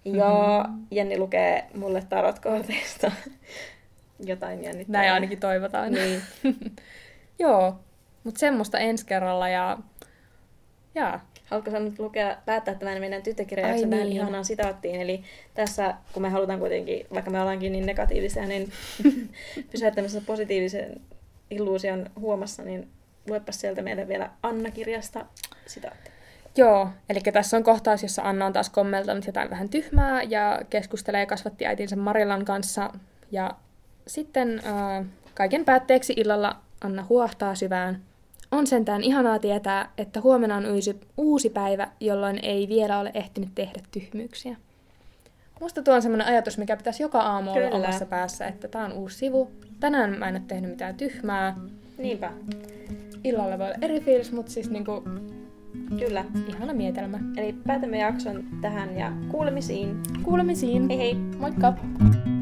Ja Jenni lukee mulle tarotkorteista jotain jännittävää. Näin ainakin toivotaan. Niin. Joo, mutta semmoista ensi kerralla ja... Jaa. Haluatko sä nyt lukea, päättää tämän meidän tyttökirjajakson tähän niin. ihanaan sitaattiin? Eli tässä, kun me halutaan kuitenkin, vaikka me ollaankin niin negatiivisia, niin pysyä tämmöisen positiivisen illuusion huomassa, niin luepas sieltä meille vielä Anna-kirjasta sitaatti. Joo, eli tässä on kohtaus, jossa Anna on taas kommeltanut jotain vähän tyhmää ja keskustelee kasvattiäitinsä Marilan kanssa. Ja sitten äh, kaiken päätteeksi illalla Anna huohtaa syvään. On sentään ihanaa tietää, että huomenna on uusi, uusi päivä, jolloin ei vielä ole ehtinyt tehdä tyhmyyksiä. Musta tuo on semmoinen ajatus, mikä pitäisi joka aamu olla Kyllä. omassa päässä, että tää on uusi sivu. Tänään mä en ole tehnyt mitään tyhmää. Niinpä. Illalla voi olla eri fiilis, mutta siis niinku Kyllä. ihana mietelmä. Eli päätämme jakson tähän ja kuulemisiin. Kuulemisiin. Hei hei! Moikka!